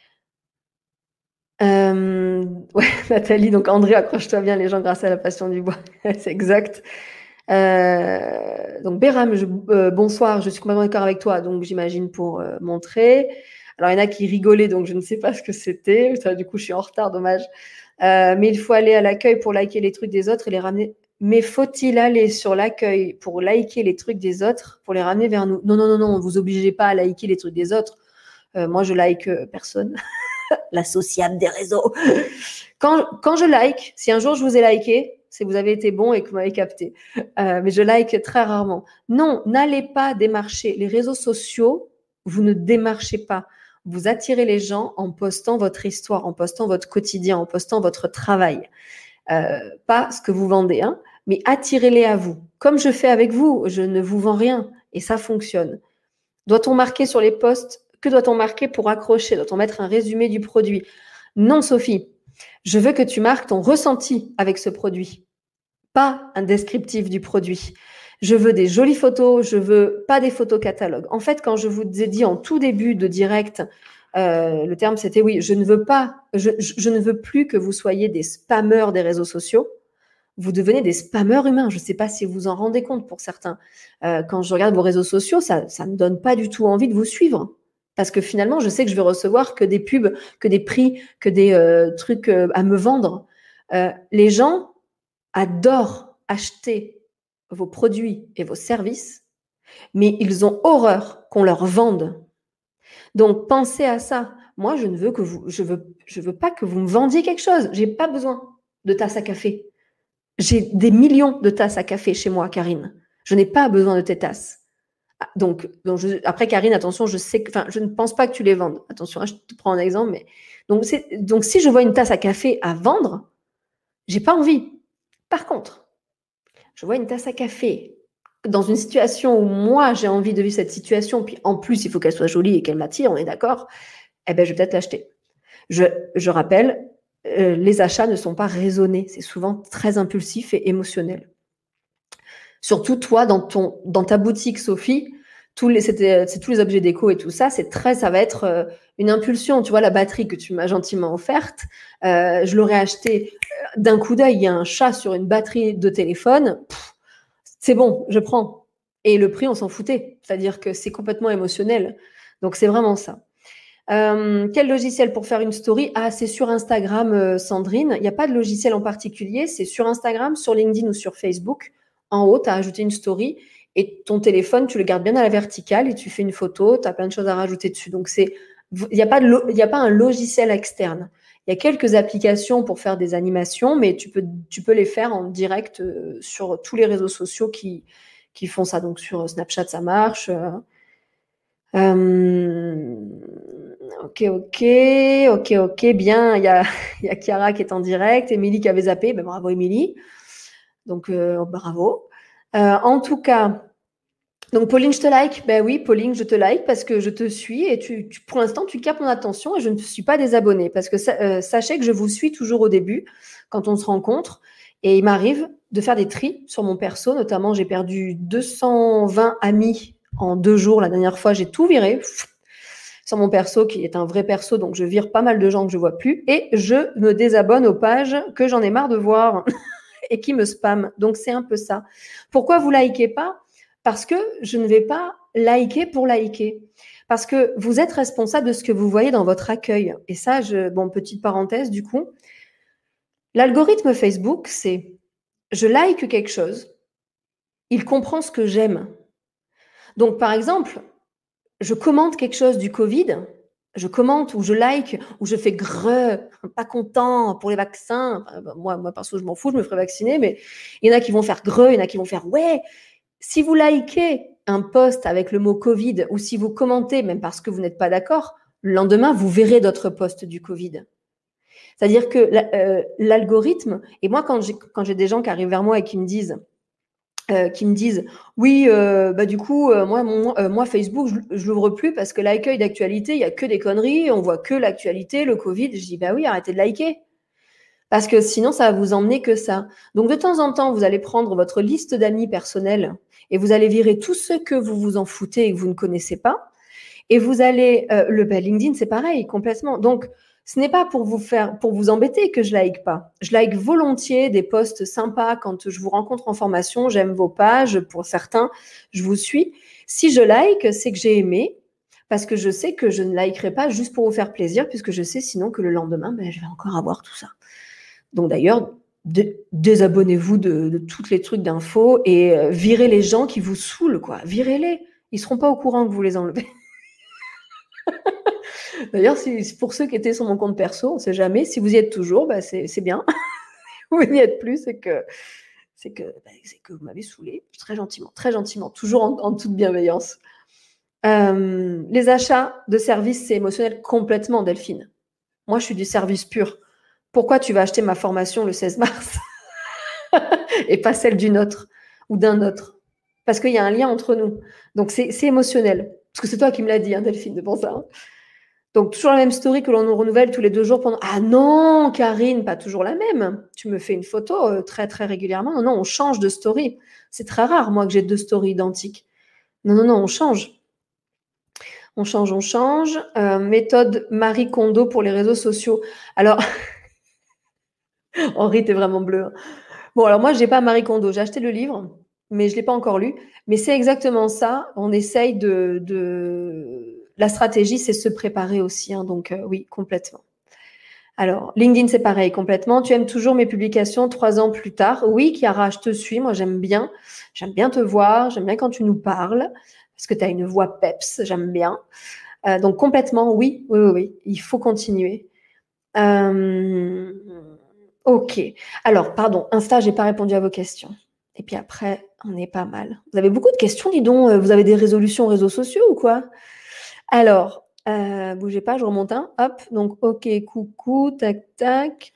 Euh, ouais, Nathalie, donc André, accroche-toi bien, les gens grâce à la passion du bois. C'est exact. Euh, donc Béram, je, euh, bonsoir, je suis complètement d'accord avec toi, donc j'imagine pour euh, montrer. Alors il y en a qui rigolaient, donc je ne sais pas ce que c'était. Du coup, je suis en retard, dommage. Euh, mais il faut aller à l'accueil pour liker les trucs des autres et les ramener. Mais faut-il aller sur l'accueil pour liker les trucs des autres, pour les ramener vers nous? Non, non, non, non, vous obligez pas à liker les trucs des autres. Euh, moi, je like euh, personne. La sociable des réseaux. Quand, quand je like, si un jour je vous ai liké, c'est que vous avez été bon et que vous m'avez capté. Euh, mais je like très rarement. Non, n'allez pas démarcher. Les réseaux sociaux, vous ne démarchez pas. Vous attirez les gens en postant votre histoire, en postant votre quotidien, en postant votre travail. Euh, pas ce que vous vendez, hein, mais attirez-les à vous. Comme je fais avec vous, je ne vous vends rien et ça fonctionne. Doit-on marquer sur les posts? Que doit-on marquer pour accrocher? Doit-on mettre un résumé du produit? Non, Sophie. Je veux que tu marques ton ressenti avec ce produit, pas un descriptif du produit. Je veux des jolies photos, je veux pas des photos catalogues. En fait, quand je vous ai dit en tout début de direct, euh, le terme c'était oui, je ne veux pas, je, je, je ne veux plus que vous soyez des spammeurs des réseaux sociaux. Vous devenez des spammeurs humains. Je ne sais pas si vous vous en rendez compte pour certains. Euh, quand je regarde vos réseaux sociaux, ça ne me donne pas du tout envie de vous suivre. Parce que finalement, je sais que je vais recevoir que des pubs, que des prix, que des euh, trucs euh, à me vendre. Euh, les gens adorent acheter vos produits et vos services, mais ils ont horreur qu'on leur vende. Donc, pensez à ça. Moi, je ne veux que vous, je veux, je veux pas que vous me vendiez quelque chose. J'ai pas besoin de tasse à café. J'ai des millions de tasses à café chez moi, Karine. Je n'ai pas besoin de tes tasses. Donc, donc je, après, Karine, attention, je sais que, enfin, je ne pense pas que tu les vendes. Attention, hein, je te prends un exemple, mais donc, c'est, donc si je vois une tasse à café à vendre, j'ai pas envie. Par contre, je vois une tasse à café dans une situation où moi j'ai envie de vivre cette situation, puis en plus il faut qu'elle soit jolie et qu'elle m'attire, on est d'accord. Eh ben, je vais peut-être l'acheter. Je, je rappelle, euh, les achats ne sont pas raisonnés, c'est souvent très impulsif et émotionnel. Surtout toi, dans, ton, dans ta boutique, Sophie, tous les, c'est, c'est tous les objets déco et tout ça, c'est très, ça va être euh, une impulsion. Tu vois, la batterie que tu m'as gentiment offerte, euh, je l'aurais achetée d'un coup d'œil. Il y a un chat sur une batterie de téléphone. Pff, c'est bon, je prends. Et le prix, on s'en foutait. C'est-à-dire que c'est complètement émotionnel. Donc, c'est vraiment ça. Euh, quel logiciel pour faire une story? Ah, c'est sur Instagram, euh, Sandrine. Il n'y a pas de logiciel en particulier. C'est sur Instagram, sur LinkedIn ou sur Facebook. En haut, tu as ajouté une story et ton téléphone, tu le gardes bien à la verticale et tu fais une photo. Tu as plein de choses à rajouter dessus. Donc, c'est, il n'y a pas de lo- il n'y a pas un logiciel externe. Il y a quelques applications pour faire des animations, mais tu peux, tu peux les faire en direct euh, sur tous les réseaux sociaux qui, qui font ça. Donc, sur Snapchat, ça marche. Euh, euh, ok, ok, ok, ok, bien. Il y a, il y a Chiara qui est en direct, Émilie qui avait zappé. Ben, bravo, Émilie. Donc, euh, bravo. Euh, en tout cas, donc Pauline, je te like. Ben oui, Pauline, je te like parce que je te suis et tu, tu, pour l'instant, tu captes mon attention et je ne suis pas désabonnée parce que euh, sachez que je vous suis toujours au début quand on se rencontre et il m'arrive de faire des tris sur mon perso. Notamment, j'ai perdu deux cent vingt amis en deux jours. La dernière fois, j'ai tout viré sur mon perso qui est un vrai perso, donc je vire pas mal de gens que je vois plus et je me désabonne aux pages que j'en ai marre de voir et qui me spamment. Donc c'est un peu ça. Pourquoi vous likez pas? Parce que je ne vais pas liker pour liker. Parce que vous êtes responsable de ce que vous voyez dans votre accueil. Et ça, je, bon, petite parenthèse du coup. L'algorithme Facebook, c'est je like quelque chose, il comprend ce que j'aime. Donc par exemple, je commente quelque chose du Covid, je commente ou je like ou je fais greu, pas content pour les vaccins. Enfin, moi, moi, perso, je m'en fous, je me ferai vacciner, mais il y en a qui vont faire greu, il y en a qui vont faire ouais. Si vous likez un post avec le mot Covid ou si vous commentez, même parce que vous n'êtes pas d'accord, le lendemain, vous verrez d'autres posts du Covid. C'est-à-dire que euh, l'algorithme, et moi, quand j'ai, quand j'ai des gens qui arrivent vers moi et qui me disent, Euh, qui me disent oui, euh, bah du coup, euh, moi, mon, euh, moi, Facebook, je, je l'ouvre plus parce que l'accueil d'actualité, il y a que des conneries, on voit que l'actualité, le Covid. Je dis bah oui, arrêtez de liker. Parce que sinon, ça va vous emmener que ça. Donc, de temps en temps, vous allez prendre votre liste d'amis personnels et vous allez virer tous ceux que vous vous en foutez et que vous ne connaissez pas. Et vous allez, euh, le ben, LinkedIn, c'est pareil, complètement. Donc, ce n'est pas pour vous faire, pour vous embêter que je like pas. Je like volontiers des posts sympas quand je vous rencontre en formation. J'aime vos pages. Pour certains, je vous suis. Si je like, c'est que j'ai aimé. Parce que je sais que je ne likerai pas juste pour vous faire plaisir, puisque je sais sinon que le lendemain, ben, je vais encore avoir tout ça. Donc d'ailleurs, dé- désabonnez-vous de, de tous les trucs d'infos et euh, virez les gens qui vous saoulent, quoi. Virez-les. Ils seront pas au courant que vous les enlevez. D'ailleurs, si, pour ceux qui étaient sur mon compte perso, on ne sait jamais. Si vous y êtes toujours, bah, c'est, c'est bien. Vous n'y êtes plus, c'est que, c'est que, bah, c'est que vous m'avez saoulé. Très gentiment, très gentiment, toujours en, en toute bienveillance. Euh, les achats de services, c'est émotionnel complètement, Delphine. Moi, je suis du service pur. Pourquoi tu vas acheter ma formation le seize mars et pas celle d'une autre ou d'un autre? Parce qu'il y a un lien entre nous. Donc, c'est, c'est émotionnel. Parce que c'est toi qui me l'as dit, hein, Delphine, de pour ça. Hein. Donc, toujours la même story que l'on nous renouvelle tous les deux jours pendant... Ah non, Karine, pas toujours la même. Tu me fais une photo euh, très, très régulièrement. Non, non, on change de story. C'est très rare, moi, que j'ai deux stories identiques. Non, non, non, on change. On change, on change. Euh, méthode Marie Kondo pour les réseaux sociaux. Alors, Henri, t'es vraiment bleu. Hein. Bon, alors moi, je n'ai pas Marie Kondo. J'ai acheté le livre, mais je ne l'ai pas encore lu. Mais c'est exactement ça. On essaye de... de... La stratégie, c'est se préparer aussi. Hein, donc, euh, oui, complètement. Alors, LinkedIn, c'est pareil, complètement. Tu aimes toujours mes publications trois ans plus tard. Oui, Chiara, je te suis. Moi, j'aime bien. J'aime bien te voir. J'aime bien quand tu nous parles parce que tu as une voix peps. J'aime bien. Euh, donc, complètement, oui, oui, oui, oui. Il faut continuer. Euh... Ok. Alors, pardon, Insta, j'ai pas répondu à vos questions. Et puis après, on est pas mal. Vous avez beaucoup de questions, dis donc. Vous avez des résolutions aux réseaux sociaux ou quoi? Alors, euh, bougez pas, je remonte un. Hop, donc ok, coucou, tac, tac.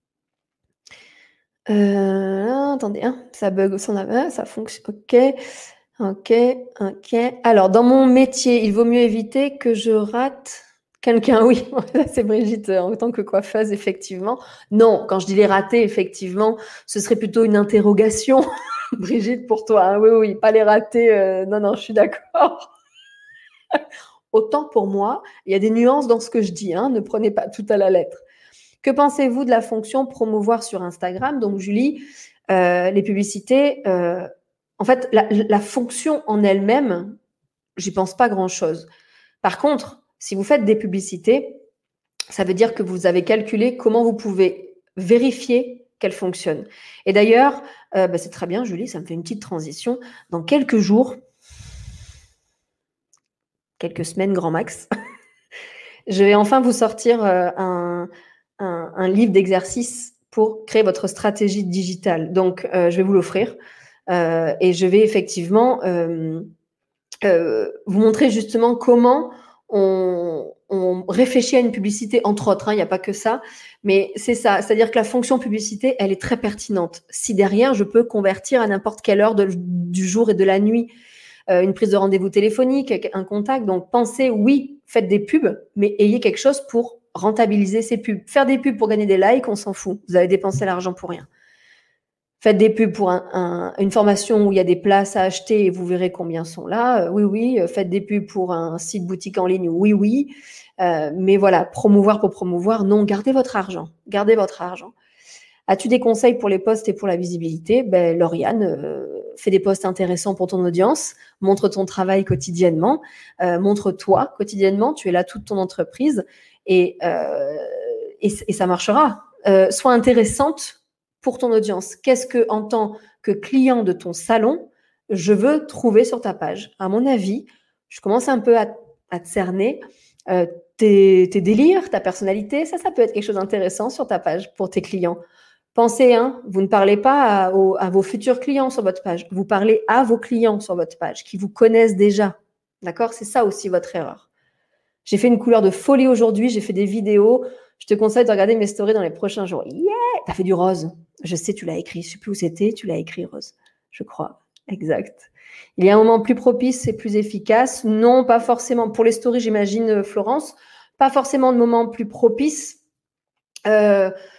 Euh, attendez, hein, ça bug, ça, ça fonctionne. Ok, ok, ok. Alors, dans mon métier, il vaut mieux éviter que je rate quelqu'un. Oui, c'est Brigitte en tant que coiffeuse, effectivement. Non, quand je dis les rater, effectivement, ce serait plutôt une interrogation, Brigitte, pour toi. Hein. Oui, oui, pas les rater. Euh, non, non, je suis d'accord. Autant pour moi, il y a des nuances dans ce que je dis. Hein, ne prenez pas tout à la lettre. Que pensez-vous de la fonction promouvoir sur Instagram? Donc, Julie, euh, les publicités, euh, en fait, la, la fonction en elle-même, j'y pense pas grand-chose. Par contre, si vous faites des publicités, ça veut dire que vous avez calculé comment vous pouvez vérifier qu'elles fonctionnent. Et d'ailleurs, euh, bah, c'est très bien, Julie, ça me fait une petite transition. Dans quelques jours, quelques semaines grand max, je vais enfin vous sortir euh, un, un, un livre d'exercices pour créer votre stratégie digitale. Donc, euh, je vais vous l'offrir euh, et je vais effectivement euh, euh, vous montrer justement comment on, on réfléchit à une publicité, entre autres. Hein, il n'y a pas que ça, mais c'est ça. C'est-à-dire que la fonction publicité, elle est très pertinente. Si derrière, je peux convertir à n'importe quelle heure de, du jour et de la nuit, euh, une prise de rendez-vous téléphonique, un contact. Donc, pensez, oui, faites des pubs, mais ayez quelque chose pour rentabiliser ces pubs. Faire des pubs pour gagner des likes, on s'en fout. Vous avez dépensé l'argent pour rien. Faites des pubs pour un, un, une formation où il y a des places à acheter et vous verrez combien sont là. Euh, oui, oui. Faites des pubs pour un site boutique en ligne. Oui, oui. Euh, mais voilà, promouvoir pour promouvoir, non. Gardez votre argent. Gardez votre argent. As-tu des conseils pour les posts et pour la visibilité? Ben, Lauriane, euh, fais des posts intéressants pour ton audience. Montre ton travail quotidiennement. Euh, montre-toi quotidiennement. Tu es là toute ton entreprise et, euh, et, et ça marchera. Euh, sois intéressante pour ton audience. Qu'est-ce que, en tant que client de ton salon, je veux trouver sur ta page? À mon avis, je commence un peu à, à te cerner euh, tes, tes délires, ta personnalité. Ça, ça peut être quelque chose d'intéressant sur ta page pour tes clients. Pensez, hein, vous ne parlez pas à, aux, à vos futurs clients sur votre page. Vous parlez à vos clients sur votre page qui vous connaissent déjà. D'accord? C'est ça aussi votre erreur. J'ai fait une couleur de folie aujourd'hui. J'ai fait des vidéos. Je te conseille de regarder mes stories dans les prochains jours. Yeah! T'as fait du rose. Je sais, tu l'as écrit. Je ne sais plus où c'était. Tu l'as écrit rose. Je crois. Exact. Il y a un moment plus propice et plus efficace. Non, pas forcément. Pour les stories, j'imagine, Florence, pas forcément de moment plus propice. Euh,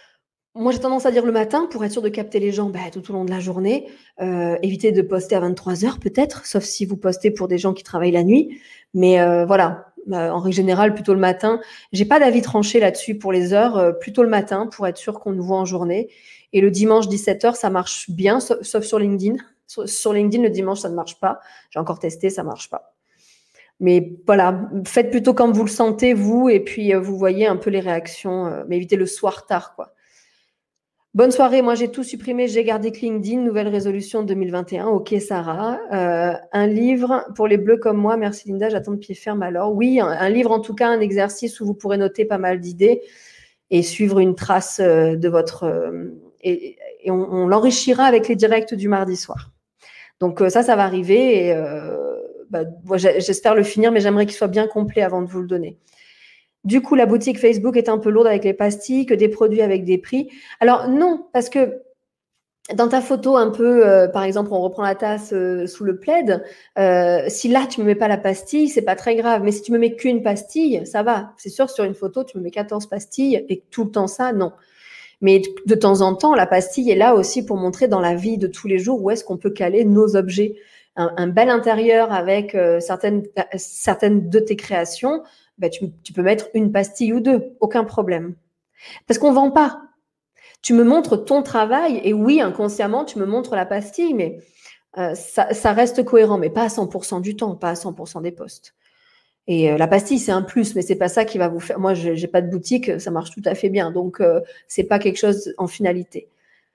Moi, j'ai tendance à dire le matin pour être sûr de capter les gens bah, tout au long de la journée. Euh, évitez de poster à vingt-trois heures peut-être, sauf si vous postez pour des gens qui travaillent la nuit. Mais euh, voilà, euh, en règle générale, plutôt le matin. J'ai pas d'avis tranché là-dessus pour les heures, euh, plutôt le matin pour être sûr qu'on nous voit en journée. Et le dimanche dix-sept heures, ça marche bien, sauf, sauf sur LinkedIn. Sur, sur LinkedIn, le dimanche, ça ne marche pas. J'ai encore testé, ça marche pas. Mais voilà, faites plutôt comme vous le sentez, vous, et puis euh, vous voyez un peu les réactions. Euh, mais évitez le soir tard, quoi. Bonne soirée, moi j'ai tout supprimé, j'ai gardé que LinkedIn, nouvelle résolution deux mille vingt et un. Ok Sarah, euh, un livre pour les bleus comme moi, merci Linda, j'attends de pied ferme alors. Oui, un, un livre en tout cas, un exercice où vous pourrez noter pas mal d'idées et suivre une trace euh, de votre... Euh, et, et on, on l'enrichira avec les directs du mardi soir. Donc euh, ça, ça va arriver et euh, bah, moi, j'espère le finir, mais j'aimerais qu'il soit bien complet avant de vous le donner. Du coup, la boutique Facebook est un peu lourde avec les pastilles, que des produits avec des prix. Alors non, parce que dans ta photo un peu, euh, par exemple, on reprend la tasse euh, sous le plaid, euh, si là tu me mets pas la pastille, c'est pas très grave. Mais si tu me mets qu'une pastille, ça va. C'est sûr que sur une photo, tu me mets quatorze pastilles et tout le temps ça, non. Mais de temps en temps, la pastille est là aussi pour montrer dans la vie de tous les jours où est-ce qu'on peut caler nos objets. Un, un bel intérieur avec euh, certaines, certaines de tes créations, ben tu, tu peux mettre une pastille ou deux, aucun problème. Parce qu'on vend pas. Tu me montres ton travail et oui, inconsciemment, tu me montres la pastille, mais euh, ça, ça reste cohérent, mais pas à cent pour cent du temps, pas à cent pour cent des postes. Et euh, la pastille, c'est un plus, mais c'est pas ça qui va vous faire. Moi, je j'ai pas de boutique, ça marche tout à fait bien, donc euh, c'est pas quelque chose en finalité.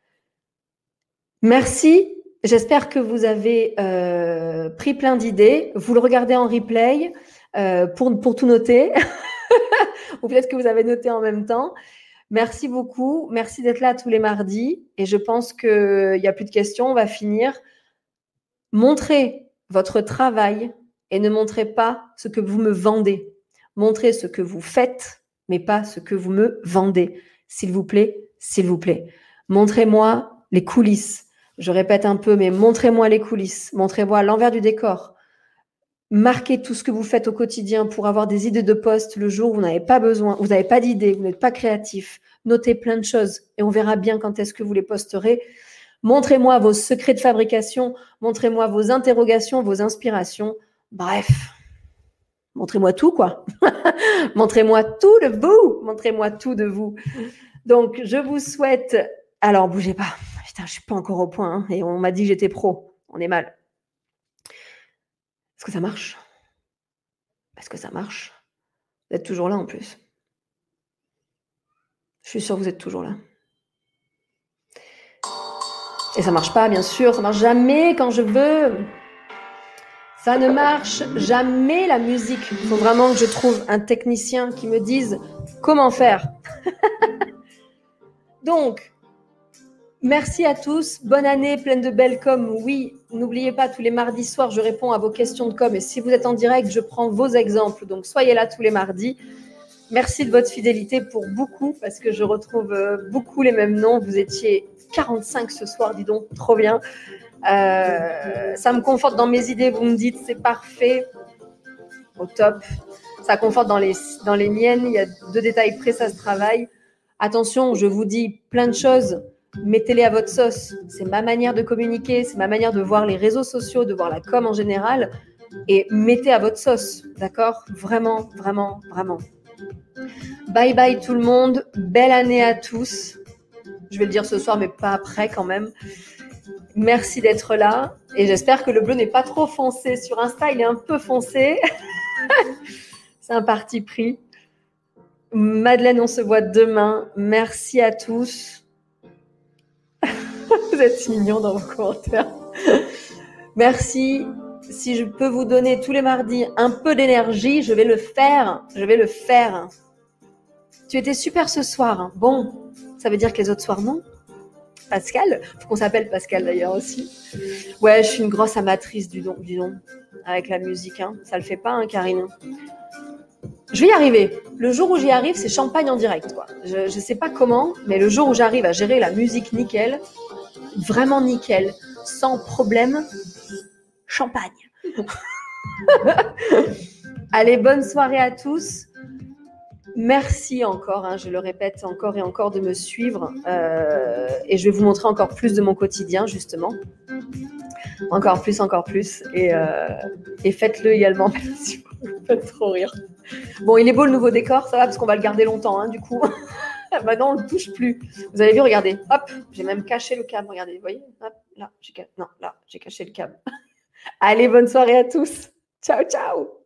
Merci. J'espère que vous avez euh, pris plein d'idées. Vous le regardez en replay euh, pour, pour tout noter. Ou peut-être que vous avez noté en même temps. Merci beaucoup. Merci d'être là tous les mardis. Et je pense qu'il n'y a plus de questions. On va finir. Montrez votre travail et ne montrez pas ce que vous me vendez. Montrez ce que vous faites, mais pas ce que vous me vendez. S'il vous plaît, s'il vous plaît. Montrez-moi les coulisses. Je répète un peu, mais montrez-moi les coulisses. Montrez-moi l'envers du décor. Marquez tout ce que vous faites au quotidien pour avoir des idées de poste le jour où vous n'avez pas besoin, vous n'avez pas d'idées, vous n'êtes pas créatif. Notez plein de choses et on verra bien quand est-ce que vous les posterez. Montrez-moi vos secrets de fabrication, montrez-moi vos interrogations, vos inspirations. Bref, montrez-moi tout, quoi. Montrez-moi tout de vous. Montrez-moi tout de vous. Donc, je vous souhaite... Alors, bougez pas. Putain, je suis pas encore au point. Hein, et on m'a dit que j'étais pro. On est mal. Est-ce que ça marche? Est-ce que ça marche? Vous êtes toujours là, en plus. Je suis sûre que vous êtes toujours là. Et ça marche pas, bien sûr. Ça marche jamais quand je veux. Ça ne marche jamais, la musique. Il faut vraiment que je trouve un technicien qui me dise comment faire. Donc, merci à tous. Bonne année, pleine de belles com. Oui, n'oubliez pas, tous les mardis soirs, je réponds à vos questions de com. Et si vous êtes en direct, je prends vos exemples. Donc, soyez là tous les mardis. Merci de votre fidélité pour beaucoup, parce que je retrouve beaucoup les mêmes noms. Vous étiez quarante-cinq ce soir, dis donc, trop bien. Euh, ça me conforte dans mes idées, vous me dites c'est parfait, au top. Ça conforte dans les, dans les miennes, il y a deux détails près, ça se travaille. Attention, je vous dis plein de choses, mettez-les à votre sauce. C'est ma manière de communiquer, c'est ma manière de voir les réseaux sociaux, de voir la com en général, et mettez à votre sauce, d'accord? Vraiment, vraiment, vraiment. Bye bye tout le monde, belle année à tous. Je vais le dire ce soir, mais pas après quand même. Merci d'être là et j'espère que le bleu n'est pas trop foncé. Sur Insta, il est un peu foncé. C'est un parti pris. Madeleine, on se voit demain. Merci à tous. Vous êtes mignons dans vos commentaires. Merci. Si je peux vous donner tous les mardis un peu d'énergie, je vais le faire. Je vais le faire. Tu étais super ce soir. Bon, ça veut dire que les autres soirs, non? Pascal, faut qu'on s'appelle Pascal d'ailleurs aussi. Ouais, je suis une grosse amatrice du don, du don avec la musique. Hein. Ça le fait pas, hein, Karine. Je vais y arriver. Le jour où j'y arrive, c'est champagne en direct, quoi. Je, je sais pas comment, mais le jour où j'arrive à gérer la musique nickel, vraiment nickel, sans problème, champagne. Allez, bonne soirée à tous. Merci encore, hein, je le répète encore et encore, de me suivre. Euh, et je vais vous montrer encore plus de mon quotidien, justement. Encore plus, encore plus. Et, euh, et faites-le également. Merci, vous me faites trop rire. Bon, il est beau le nouveau décor, ça va, parce qu'on va le garder longtemps, hein, du coup. Maintenant, on ne le touche plus. Vous avez vu, regardez. Hop, j'ai même caché le câble. Regardez, vous voyez. Hop, là, j'ai ca... non, là, j'ai caché le câble. Allez, bonne soirée à tous. Ciao, ciao.